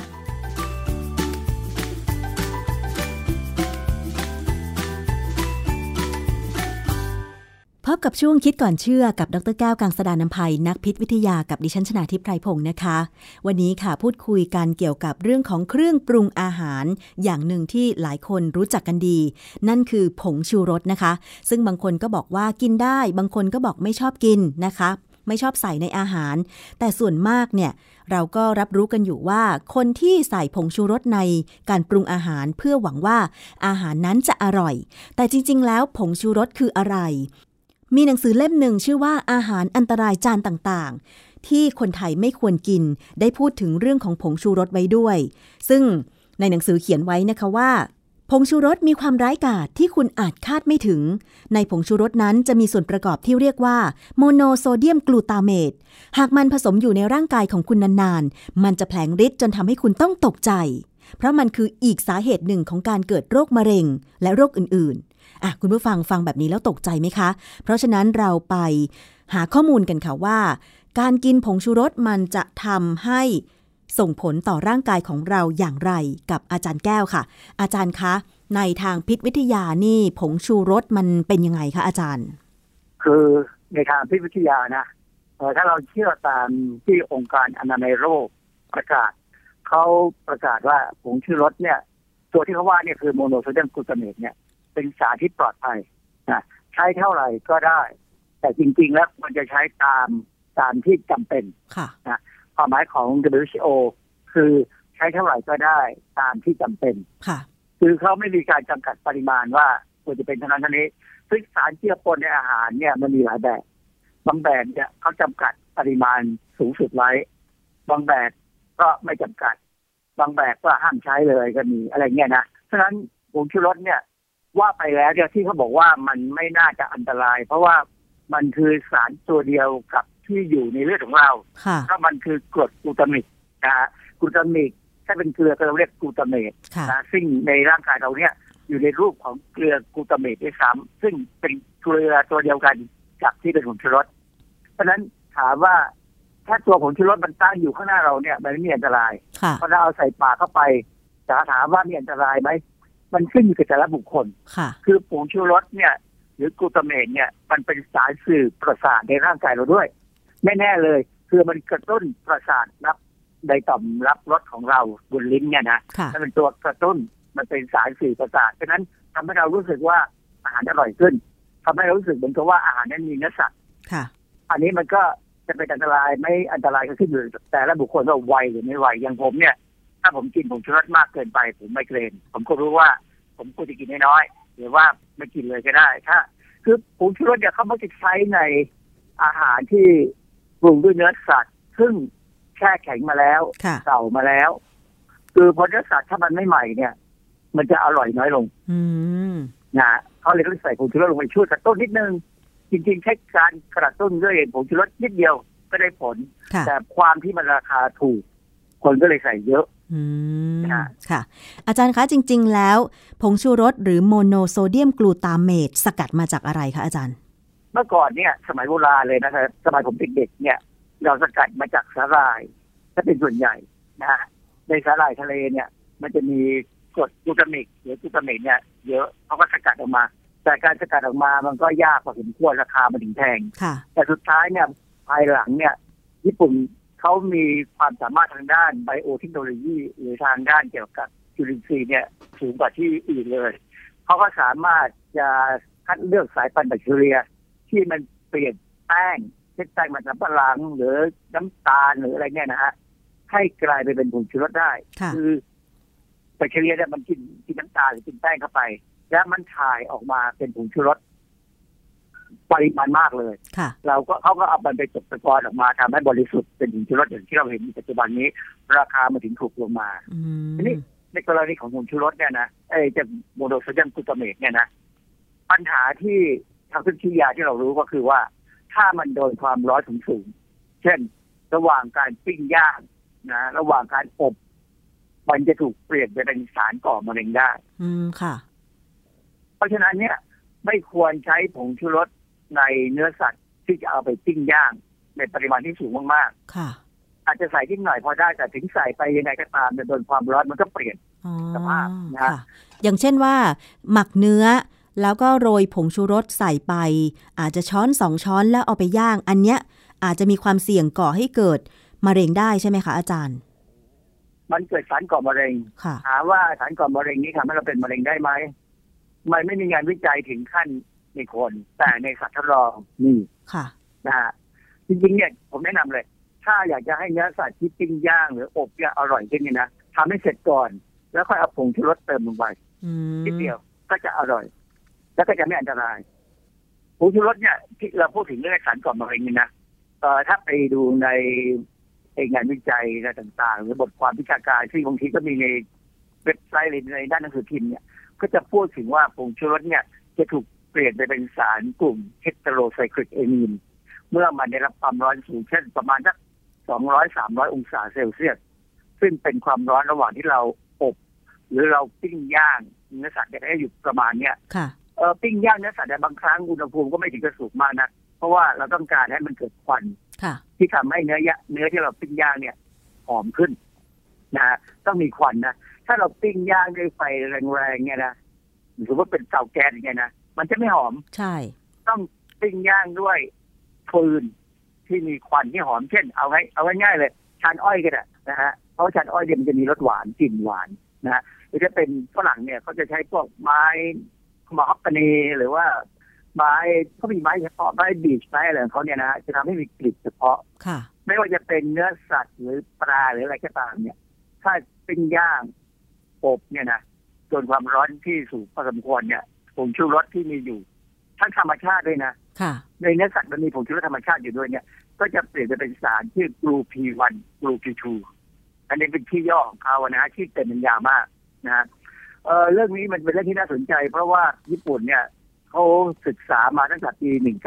พบกับช่วงคิดก่อนเชื่อกับดร.แก้วกังสดาลอำไพนักพิษวิทยากับดิฉันชนาทิพย์ไพรพงศ์นะคะวันนี้ค่ะพูดคุยกันเกี่ยวกับเรื่องของเครื่องปรุงอาหารอย่างหนึ่งที่หลายคนรู้จักกันดีนั่นคือผงชูรสนะคะซึ่งบางคนก็บอกว่ากินได้บางคนก็บอกไม่ชอบกินนะคะไม่ชอบใส่ในอาหารแต่ส่วนมากเนี่ยเราก็รับรู้กันอยู่ว่าคนที่ใส่ผงชูรสในการปรุงอาหารเพื่อหวังว่าอาหารนั้นจะอร่อยแต่จริงๆแล้วผงชูรสคืออะไรมีหนังสือเล่มหนึ่งชื่อว่าอาหารอันตรายจานต่างๆที่คนไทยไม่ควรกินได้พูดถึงเรื่องของผงชูรสไว้ด้วยซึ่งในหนังสือเขียนไว้นะคะว่าผงชูรสมีความร้ายกาจที่คุณอาจคาดไม่ถึงในผงชูรสนั้นจะมีส่วนประกอบที่เรียกว่าโมโนโซเดียมกลูตาเมตหากมันผสมอยู่ในร่างกายของคุณนานๆมันจะแผลงฤทธิ์จนทำให้คุณต้องตกใจเพราะมันคืออีกสาเหตุหนึ่งของการเกิดโรคมะเร็งและโรคอื่นๆคุณผู้ฟังฟังแบบนี้แล้วตกใจไหมคะเพราะฉะนั้นเราไปหาข้อมูลกันค่ะว่าการกินผงชูรสมันจะทำให้ส่งผลต่อร่างกายของเราอย่างไรกับอาจารย์แก้วค่ะอาจารย์คะในทางพิษวิทยานี่ผงชูรสมันเป็นยังไงคะอาจารย์คือในทางพิษวิทยานะถ้าเราเชื่อตามที่องค์การอนามัยโลกประกาศเขาประกาศว่าผงชูรสเนี่ยตัวที่เขาว่าเนี่ยคือโมโนโซเดียมกลูตาเมตเนี่ยเป็นสารที่ปลอดภัยนะใช้เท่าไหร่ก็ได้แต่จริงๆแล้วมันจะใช้ตามที่จำเป็นนะความหมายของ WHO คือใช้เท่าไหร่ก็ได้ตามที่จำเป็นคือเขาไม่มีการจำกัดปริมาณว่าควรจะเป็นเท่านั้นเท่านี้ซึ่งสารเจือปนในอาหารเนี่ยมันมีหลายแบบบางแบบเนี่ยเขาจำกัดปริมาณสูงสุดไว้บางแบบก็ไม่จำกัดบางแบบก็ห้ามใช้เลยก็มีอะไรเงี้ยนะฉะนั้นผงชูรสเนี่ยว่าไปแล้วเนี่ยที่เขาบอกว่ามันไม่น่าจะอันตรายเพราะว่ามันคือสารตัวเดียวกับที่อยู่ในเลือดของเราถ้ามันคือกรดกลูตามิกนะกลูตามิกถ้าเป็นเกลือเราเรียกกลูตาเมตนะซึ่งในร่างกายเราเนี่ยอยู่ในรูปของเกลือกลูตาเมตด้วยซ้ำซึ่งเป็นเกลือตัวเดียวกันกับที่เป็นผงชูรสเพราะฉะนั้นถามว่าถ้าตัวผงชูรสมันตั้งอยู่ข้างหน้าเราเนี่ยมันไม่มีอันตรายเพราะเราเอาใส่ปากเข้าไปแต่ถามว่ามีอันตรายไหมมันขึ้นอยู่กับแต่ละบุคคลคือผงชูรสเนี่ยหรือกลูตาเมตเนี่ยมันเป็นสารสื่อประสาทในร่างกายเราด้วยแน่ๆเลยคือมันกระตุ้นประสาทในต่อมรับรสของเราบนลิ้นเนี่ยนะมันเป็นตัวกระตุ้นมันเป็นสารสื่อประสาทฉะนั้นทำให้เรารู้สึกว่าอาหารอร่อยขึ้นทำให้เรารู้สึกเหมือนกับว่าอาหารนั้นมีเนื้อสัตว์อันนี้มันก็จะเป็นอันตรายไม่อันตรายก็ขึ้นอยู่แต่ละบุคคลว่าไวหรือไม่ไวอย่างผมเนี่ยถ้าผมกินผงชูรสมากเกินไปผมไมเกรนผมก็รู้ว่าผมควรจะกินน้อยๆหรือว่าไม่กินเลยก็ได้ถ้าคือผงชูรสเนี่ยเขามักจะใช้ในอาหารที่ปรุงด้วยเนื้อสัตว์ซึ่งแช่แข็งมาแล้วเก่ามาแล้วคือพอเนื้อสัตว์ถ้ามันไม่ใหม่เนี่ยมันจะอร่อยน้อยลงนะเขาเลยต้องใส่ผงชูรสลงไปช่วยกระตุ้นนิดนึงจริงๆแค่การกระตุ้นด้วยผงชูรสนิดเดียวก็ได้ผลแต่ความที่มันราคาถูกคนก็เลยใส่เยอะค่ะอาจารย์คะจริงๆแล้วผงชูรสหรือโมโนโซเดียมกลูตาเมตสกัดมาจากอะไรคะอาจารย์เมื่อก่อนเนี่ยสมัยโบราณเลยนะครับสมัยผมเด็กๆเนี่ยเราสกัดมาจากสาหร่ายถ้าเป็นส่วนใหญ่นะในสาหร่ายทะเลเนี่ยมันจะมีกรดกลูตามิกหรือกลูตาเมตเนี่ยเยอะเขาก็สกัดออกมาแต่การสกัดออกมามันก็ยากพอสมควรราคามันถึงแพงแต่สุดท้ายเนี่ยภายหลังเนี่ยญี่ปุ่นเขามีความสามารถทางด้านไบโอเทคโนโลยีหรือทางด้านเกี่ยวกับจุลินทรีย์เนี่ยสูงกว่าที่อื่นเลยเขาก็สามารถจะคัดเลือกสายพันธุ์แบคทีเรียที่มันเปลี่ยนแป้งเช่นแป้งมันสำปะหลังหรือน้ำตาลหรืออะไรเนี่ยนะฮะให้กลายไปเป็นผงชูรสได้คือแบคทีเรียเนี่ยมันกินน้ำตาลหรือกินแป้งเข้าไปแล้วมันถ่ายออกมาเป็นผงชูรสปริมาณมากเลยเขาก็เอามันไปตกตะกอนออกมาทำให้บริสุทธิ์เป็นผงชูรสอย่างที่เราเห็นในปัจจุบันนี้ราคามันถึงถูกลงมาทีนี้ในกรณีของผงชูรสเนี่ยนะจากโมโนโซเดียมกลูตาเมตเนี่ยนะปัญหาที่ทางวิทยาที่เรารู้ก็คือว่าถ้ามันโดนความร้อนสูงเช่นระหว่างการปิ้งย่างนะระหว่างการอบมันจะถูกเปลี่ยนไปเป็นสารก่อมะเร็งได้ค่ะเพราะฉะนั้นเนี่ยไม่ควรใช้ผงชูรสในเนื้อสัตว์ที่จะเอาไปปิ้งย่างในปริมาณที่สูงมากๆค่ะอาจจะใส่นิดหน่อยพอได้แต่ถึงใส่ไปยังไงก็ตามโดนความร้อนมันก็เปลี่ยนสภาพนะอย่างเช่นว่าหมักเนื้อแล้วก็โรยผงชูรสใส่ไปอาจจะช้อน2ช้อนแล้วเอาไปย่างอันเนี้ยอาจจะมีความเสี่ยงก่อให้เกิดมะเร็งได้ใช่ไหมคะอาจารย์มันเกิดสารก่อมะเร็งถามว่าสารก่อมะเร็งนี้ทำให้เราเป็นมะเร็งได้ไหมมันไม่มีงานวิจัยถึงขั้นในคนแต่ในสัตว์ทดลองนี่นะฮะจริงๆเนี่ยผมแนะนำเลยถ้าอยากจะให้เนื้อสัตว์ที่ปิ้งย่างหรืออบเนี่ยอร่อยขึ้นเนี่ยนะทำให้เสร็จก่อนแล้วค่อยเอาผงชูรสเติมลงไปนิดเดียวก็จะอร่อยแล้วก็จะไม่อันตรายผงชูรสเนี่ยที่เราพูดถึงเรื่องสารก่อมะเร็งนี่นะถ้าไปดูในงานวิจัยอะไรต่างๆหรือบทความวิชาการที่บางทีก็มีในเว็บไซต์หรือในด้านหนังสือพิมพ์เนี่ยก็จะพูดถึงว่าผงชูรสเนี่ยจะถูกเปลี่ยนไปเป็นสารกลุ่มเฮตโรไซคลิกเอมีนเมื่อมันได้รับความร้อนสูงเช่นประมาณสัก200-300 องศาเซลเซียสซึ่งเป็นความร้อนระหว่างที่เราอบหรือเราปิ้งย่างเนื้อสัตว์ได้อยู่ประมาณเนี้ยปิ้งย่างเนื้อสัตว์บางครั้งอุณหภูมิก็ไม่ถึงกับสูงมากนะเพราะว่าเราต้องการให้มันเกิดควันที่ทำให้เนื้อที่เราปิ้งย่างเนี่ยหอมขึ้นนะต้องมีควันนะถ้าเราปิ้งย่างด้วยไฟแรงๆเนี่ยนะหรือว่าเป็นเตาแก๊สอย่างเงี้ยนะมันจะไม่หอมใช่ต้องปิ้งย่างด้วยฟืนที่มีควันที่หอมเช่นเอาง่ายๆเลยชานอ้อยก็ได้นะฮะเพราะชานอ้อยเนี่ยมันจะมีรสหวานกลิ่นหวานนะหรือจะเป็นฝรั่งเนี่ยเขาจะใช้พวกไม้มะฮอกกานีหรือว่าไม้เขามีไม้เฉพาะไม้บีชไม้อะไรของเขาเนี่ยนะจะทำให้มีกลิ่นเฉพาะไม่ว่าจะเป็นเนื้อสัตว์หรือปลาหรืออะไรก็ตามเนี่ยถ้าปิ้งย่างอบเนี่ยนะจนความร้อนที่สูงพอสมควรเนี่ยผงชูรสที่มีอยู่ทั้งธรรมชาติด้วยนะในเนื้อสัตว์มันมีผงชูรสธรรมชาติอยู่ด้วยเนี่ยก็จะเปลี่ยนไปเป็นสารที่กลูพี1กลูพี2อันนี้เป็นที่ย่อของเขานะที่เป็นยาวมากนะเรื่องนี้มันเป็นเรื่องที่น่าสนใจเพราะว่าญี่ปุ่นเนี่ยเขาศึกษามาตั้งแต่ปี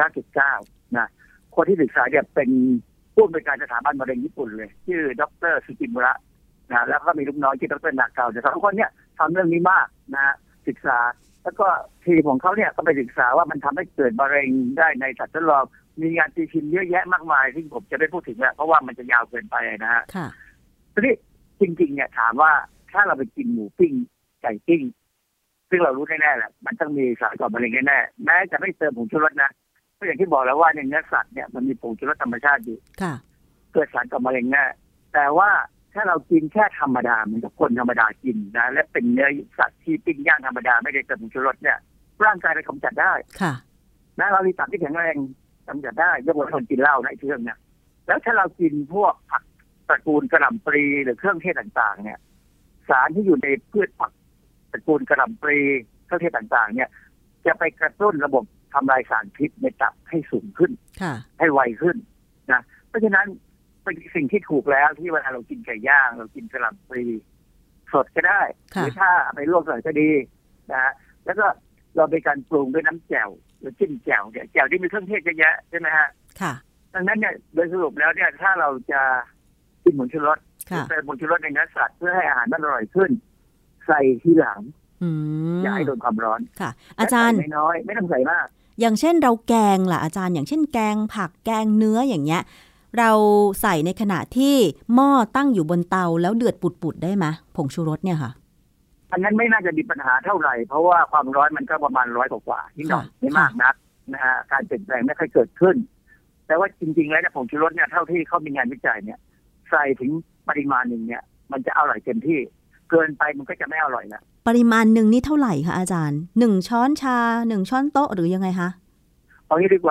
1979นะคนที่ศึกษาเนี่ยเป็นผู้อำนวยการสถาบันมะเร็งญี่ปุ่นเลยชื่อดร.สุจิมุระนะแล้วก็มีลูกน้องที่ดร.นาเกาแต่สองคนเนี่ยทำเรื่องนี้มากนะศึกษาแล้วก็ทีมของเขาเนี่ยก็ไปศึกษาว่ามันทำให้เกิดมะเร็งได้ในสัตว์ทดลองมีงานตีพิมพ์เยอะแยะมากมายที่ผมจะไม่พูดถึงแล้วเพราะว่ามันจะยาวเกินไปนะฮะทีนี้จริงๆเนี่ยถามว่าถ้าเราไปกินหมูปิ้งไก่ปิ้งซึ่งเรารู้แน่ๆแหละมันต้องมีสารก่อมะเร็งแน่ๆแม้จะไม่เติมผงชูรสนะเพราะอย่างที่บอกแล้วว่าในเนื้อสัตว์เนี่ยมันมีผงชูรสธรรมชาติอยู่เกิดสารก่อมะเร็งแน่แต่ว่าถ้าเรากินแค่ธรรมดาเหมือนกับคนธรรมดากินนะและเป็นเนื้อสัตว์ที่ปิ้งย่างธรรมดาไม่ได้เติมผงชูรสเนี่ยร่างกายเรากำจัดได้นะเรามีตับที่แข็งแรงกำจัดได้ยกเว้นคนกินเหล้าในเรื่องเนี่ยแล้วถ้าเรากินพวกผักตระกูลกระหล่ำปลีหรือเครื่องเทศต่างๆเนี่ยสารที่อยู่ในพืชผักตระกูลกระหล่ำปลีเครื่องเทศต่างๆเนี่ยจะไปกระตุ้นระบบทำลายสารพิษในตับให้สูงขึ้นให้ไวขึ้นนะเพราะฉะนั้นเป็นสิ่งที่ถูกแล้วที่เวลาเรากินไก่ย่างเรากินกระหล่ำปลีสดก็ได้หรือถ้าไปลวกหน่อยก็ดีนะแล้วก็เราไปการปรุงด้วยน้ำแจ่วหรือจิ้มแจ่วเนี่ยแจ่วที่มีเครื่องเทศเยอะแยะใช่ไหมฮะดังนั้นเนี่ยโดยสรุปแล้วเนี่ยถ้าเราจะกินผงชูรสใส่ผงชูรสในเนื้อสัตว์เพื่อให้อาหารมันอร่อยขึ้นใส่ทีหลังอย่าให้โดนความร้อนค่ะอาจารย์น้อยไม่ต้องใส่มากอย่างเช่นเราแกงล่ะอาจารย์อย่างเช่นแกงผักแกงเนื้ออย่างเงี้ยเราใส่ในขณะที่หม้อตั้งอยู่บนเตาแล้วเดือดปุดๆได้ไหมผงชูรสเนี่ยค่ะอันนั้นไม่น่าจะมีปัญหาเท่าไหร่เพราะว่าความร้อนมันก็ประมาณ100 กว่านิดหน่อยไม่มากนักนะฮะการเปลี่ยนแปลงไม่ค่อยเกิดขึ้นแต่ว่าจริงๆแล้วผงชูรสเนี่ยเท่าที่เขามีงานวิจัยเนี่ยใส่ถึงปริมาณหนึ่งเนี่ยมันจะอร่อยเต็มที่เกินไปมันก็จะไม่อร่อยนะปริมาณหนึ่งนี่เท่าไหร่คะอาจารย์1 ช้อนชา1 ช้อนโต๊ะหรือยังไงคะเอางี้ดีกว่า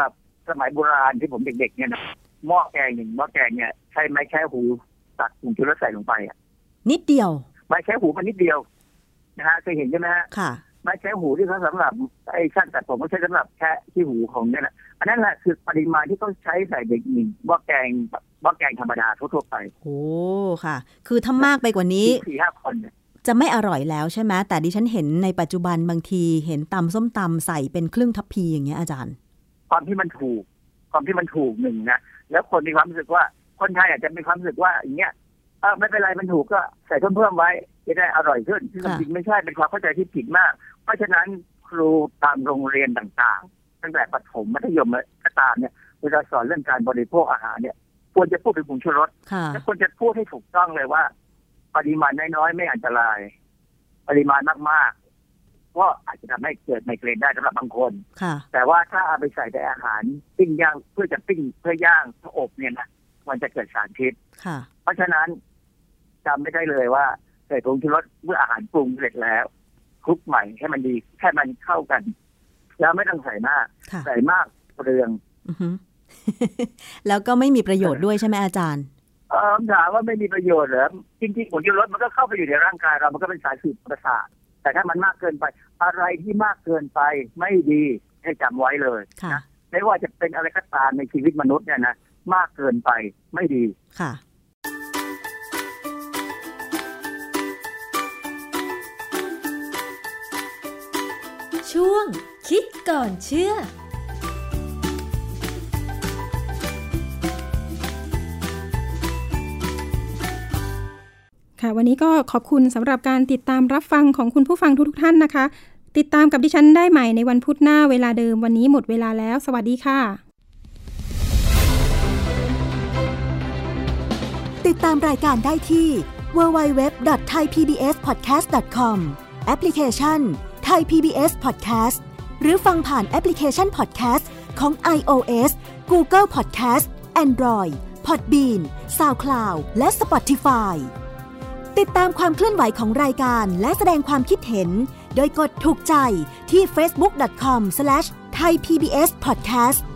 สมัยโบราณที่ผมเด็กๆเนี่ยนะหม้อแกงเนี่ยใช้ไม้แค่หูตัดผงชูรสใส่ลงไปอ่ะนิดเดียวไม้แค่หูมันนิดเดียวนะฮะเคยเห็นใช่ไหมฮะค่ะไม้แค่หูที่เขาสำหรับไอ้ช่างตัดผมเขาใช้สำหรับแค่ที่หูของเนี่ยนะอันนั้นแหละคือปริมาณที่ต้องใช้ใส่เด็กหนึ่งหม้อแกงธรรมดาทั่วๆไปโอ้ค่ะคือถ้ามากไปกว่านี้ 4-5 คนเนี่ยจะไม่อร่อยแล้วใช่ไหมแต่ดิฉันเห็นในปัจจุบันบางทีเห็นตำส้มตำใส่เป็นครึ่งทัพพีอย่างเงี้ยอาจารย์ความที่มันถูกหนึ่งนะแล้วคนมีความรู้สึกว่าคนไทยอาจจะมีความรู้สึกว่าอย่างเงี้ยไม่เป็นไรมันถูกก็ใส่เพิ่มไว้จะได้อร่อยขึ้นที่จริงไม่ใช่เป็นความเข้าใจที่ผิดมากเพราะฉะนั้นครูตามโรงเรียนต่างๆตั้งแต่ประถมมัธยมก็ตามเนี่ยเวลาสอนเรื่องการบริโภคอาหารเนี่ยควรจะพูดเป็นผงชูรสและควรจะพูดให้ถูกต้องเลยว่าปริมาณน้อยๆไม่อันตรายปริมาณมากๆก็อาจจะทำให้เกิดไมเกรนได้สำหรับบางคนแต่ว่าถ้าเอาไปใส่ในอาหารปิ้งย่างเพื่อย่างเพื่ออบเนี่ยนะมันจะเกิดสารพิษเพราะฉะนั้นจำไม่ได้เลยว่าใส่ผงชูรสเมื่ออาหารปรุงเสร็จแล้วคลุกใหม่ให้มันดีแค่มันเข้ากันแล้วไม่ต้องใส่มากใส่มากเปลืองแล้วก็ไม่มีประโยชน์ด้วยใช่ไหมอาจารย์ถามว่าไม่มีประโยชน์เหรอจริงๆผงชูรสมันก็เข้าไปอยู่ในร่างกายเรามันก็เป็นสารสื่อประสาทแต่ถ้ามันมากเกินไปอะไรที่มากเกินไปไม่ดีให้จำไว้เลยนะไม่ว่าจะเป็นอะไรก็ตามในชีวิตมนุษย์เนี่ยนะมากเกินไปไม่ดีค่ะช่วงคิดก่อนเชื่อค่ะวันนี้ก็ขอบคุณสำหรับการติดตามรับฟังของคุณผู้ฟังทุกท่านนะคะติดตามกับดิฉันได้ใหม่ในวันพุธหน้าเวลาเดิมวันนี้หมดเวลาแล้วสวัสดีค่ะติดตามรายการได้ที่ www.thaipbspodcast.com แอปพลิเคชัน Thai PBS Podcast หรือฟังผ่านแอปพลิเคชัน Podcast ของ iOS Google Podcast Android Podbean SoundCloud และ Spotify ติดตามความเคลื่อนไหวของรายการและแสดงความคิดเห็นโดยกดถูกใจที่ facebook.com/thaipbspodcast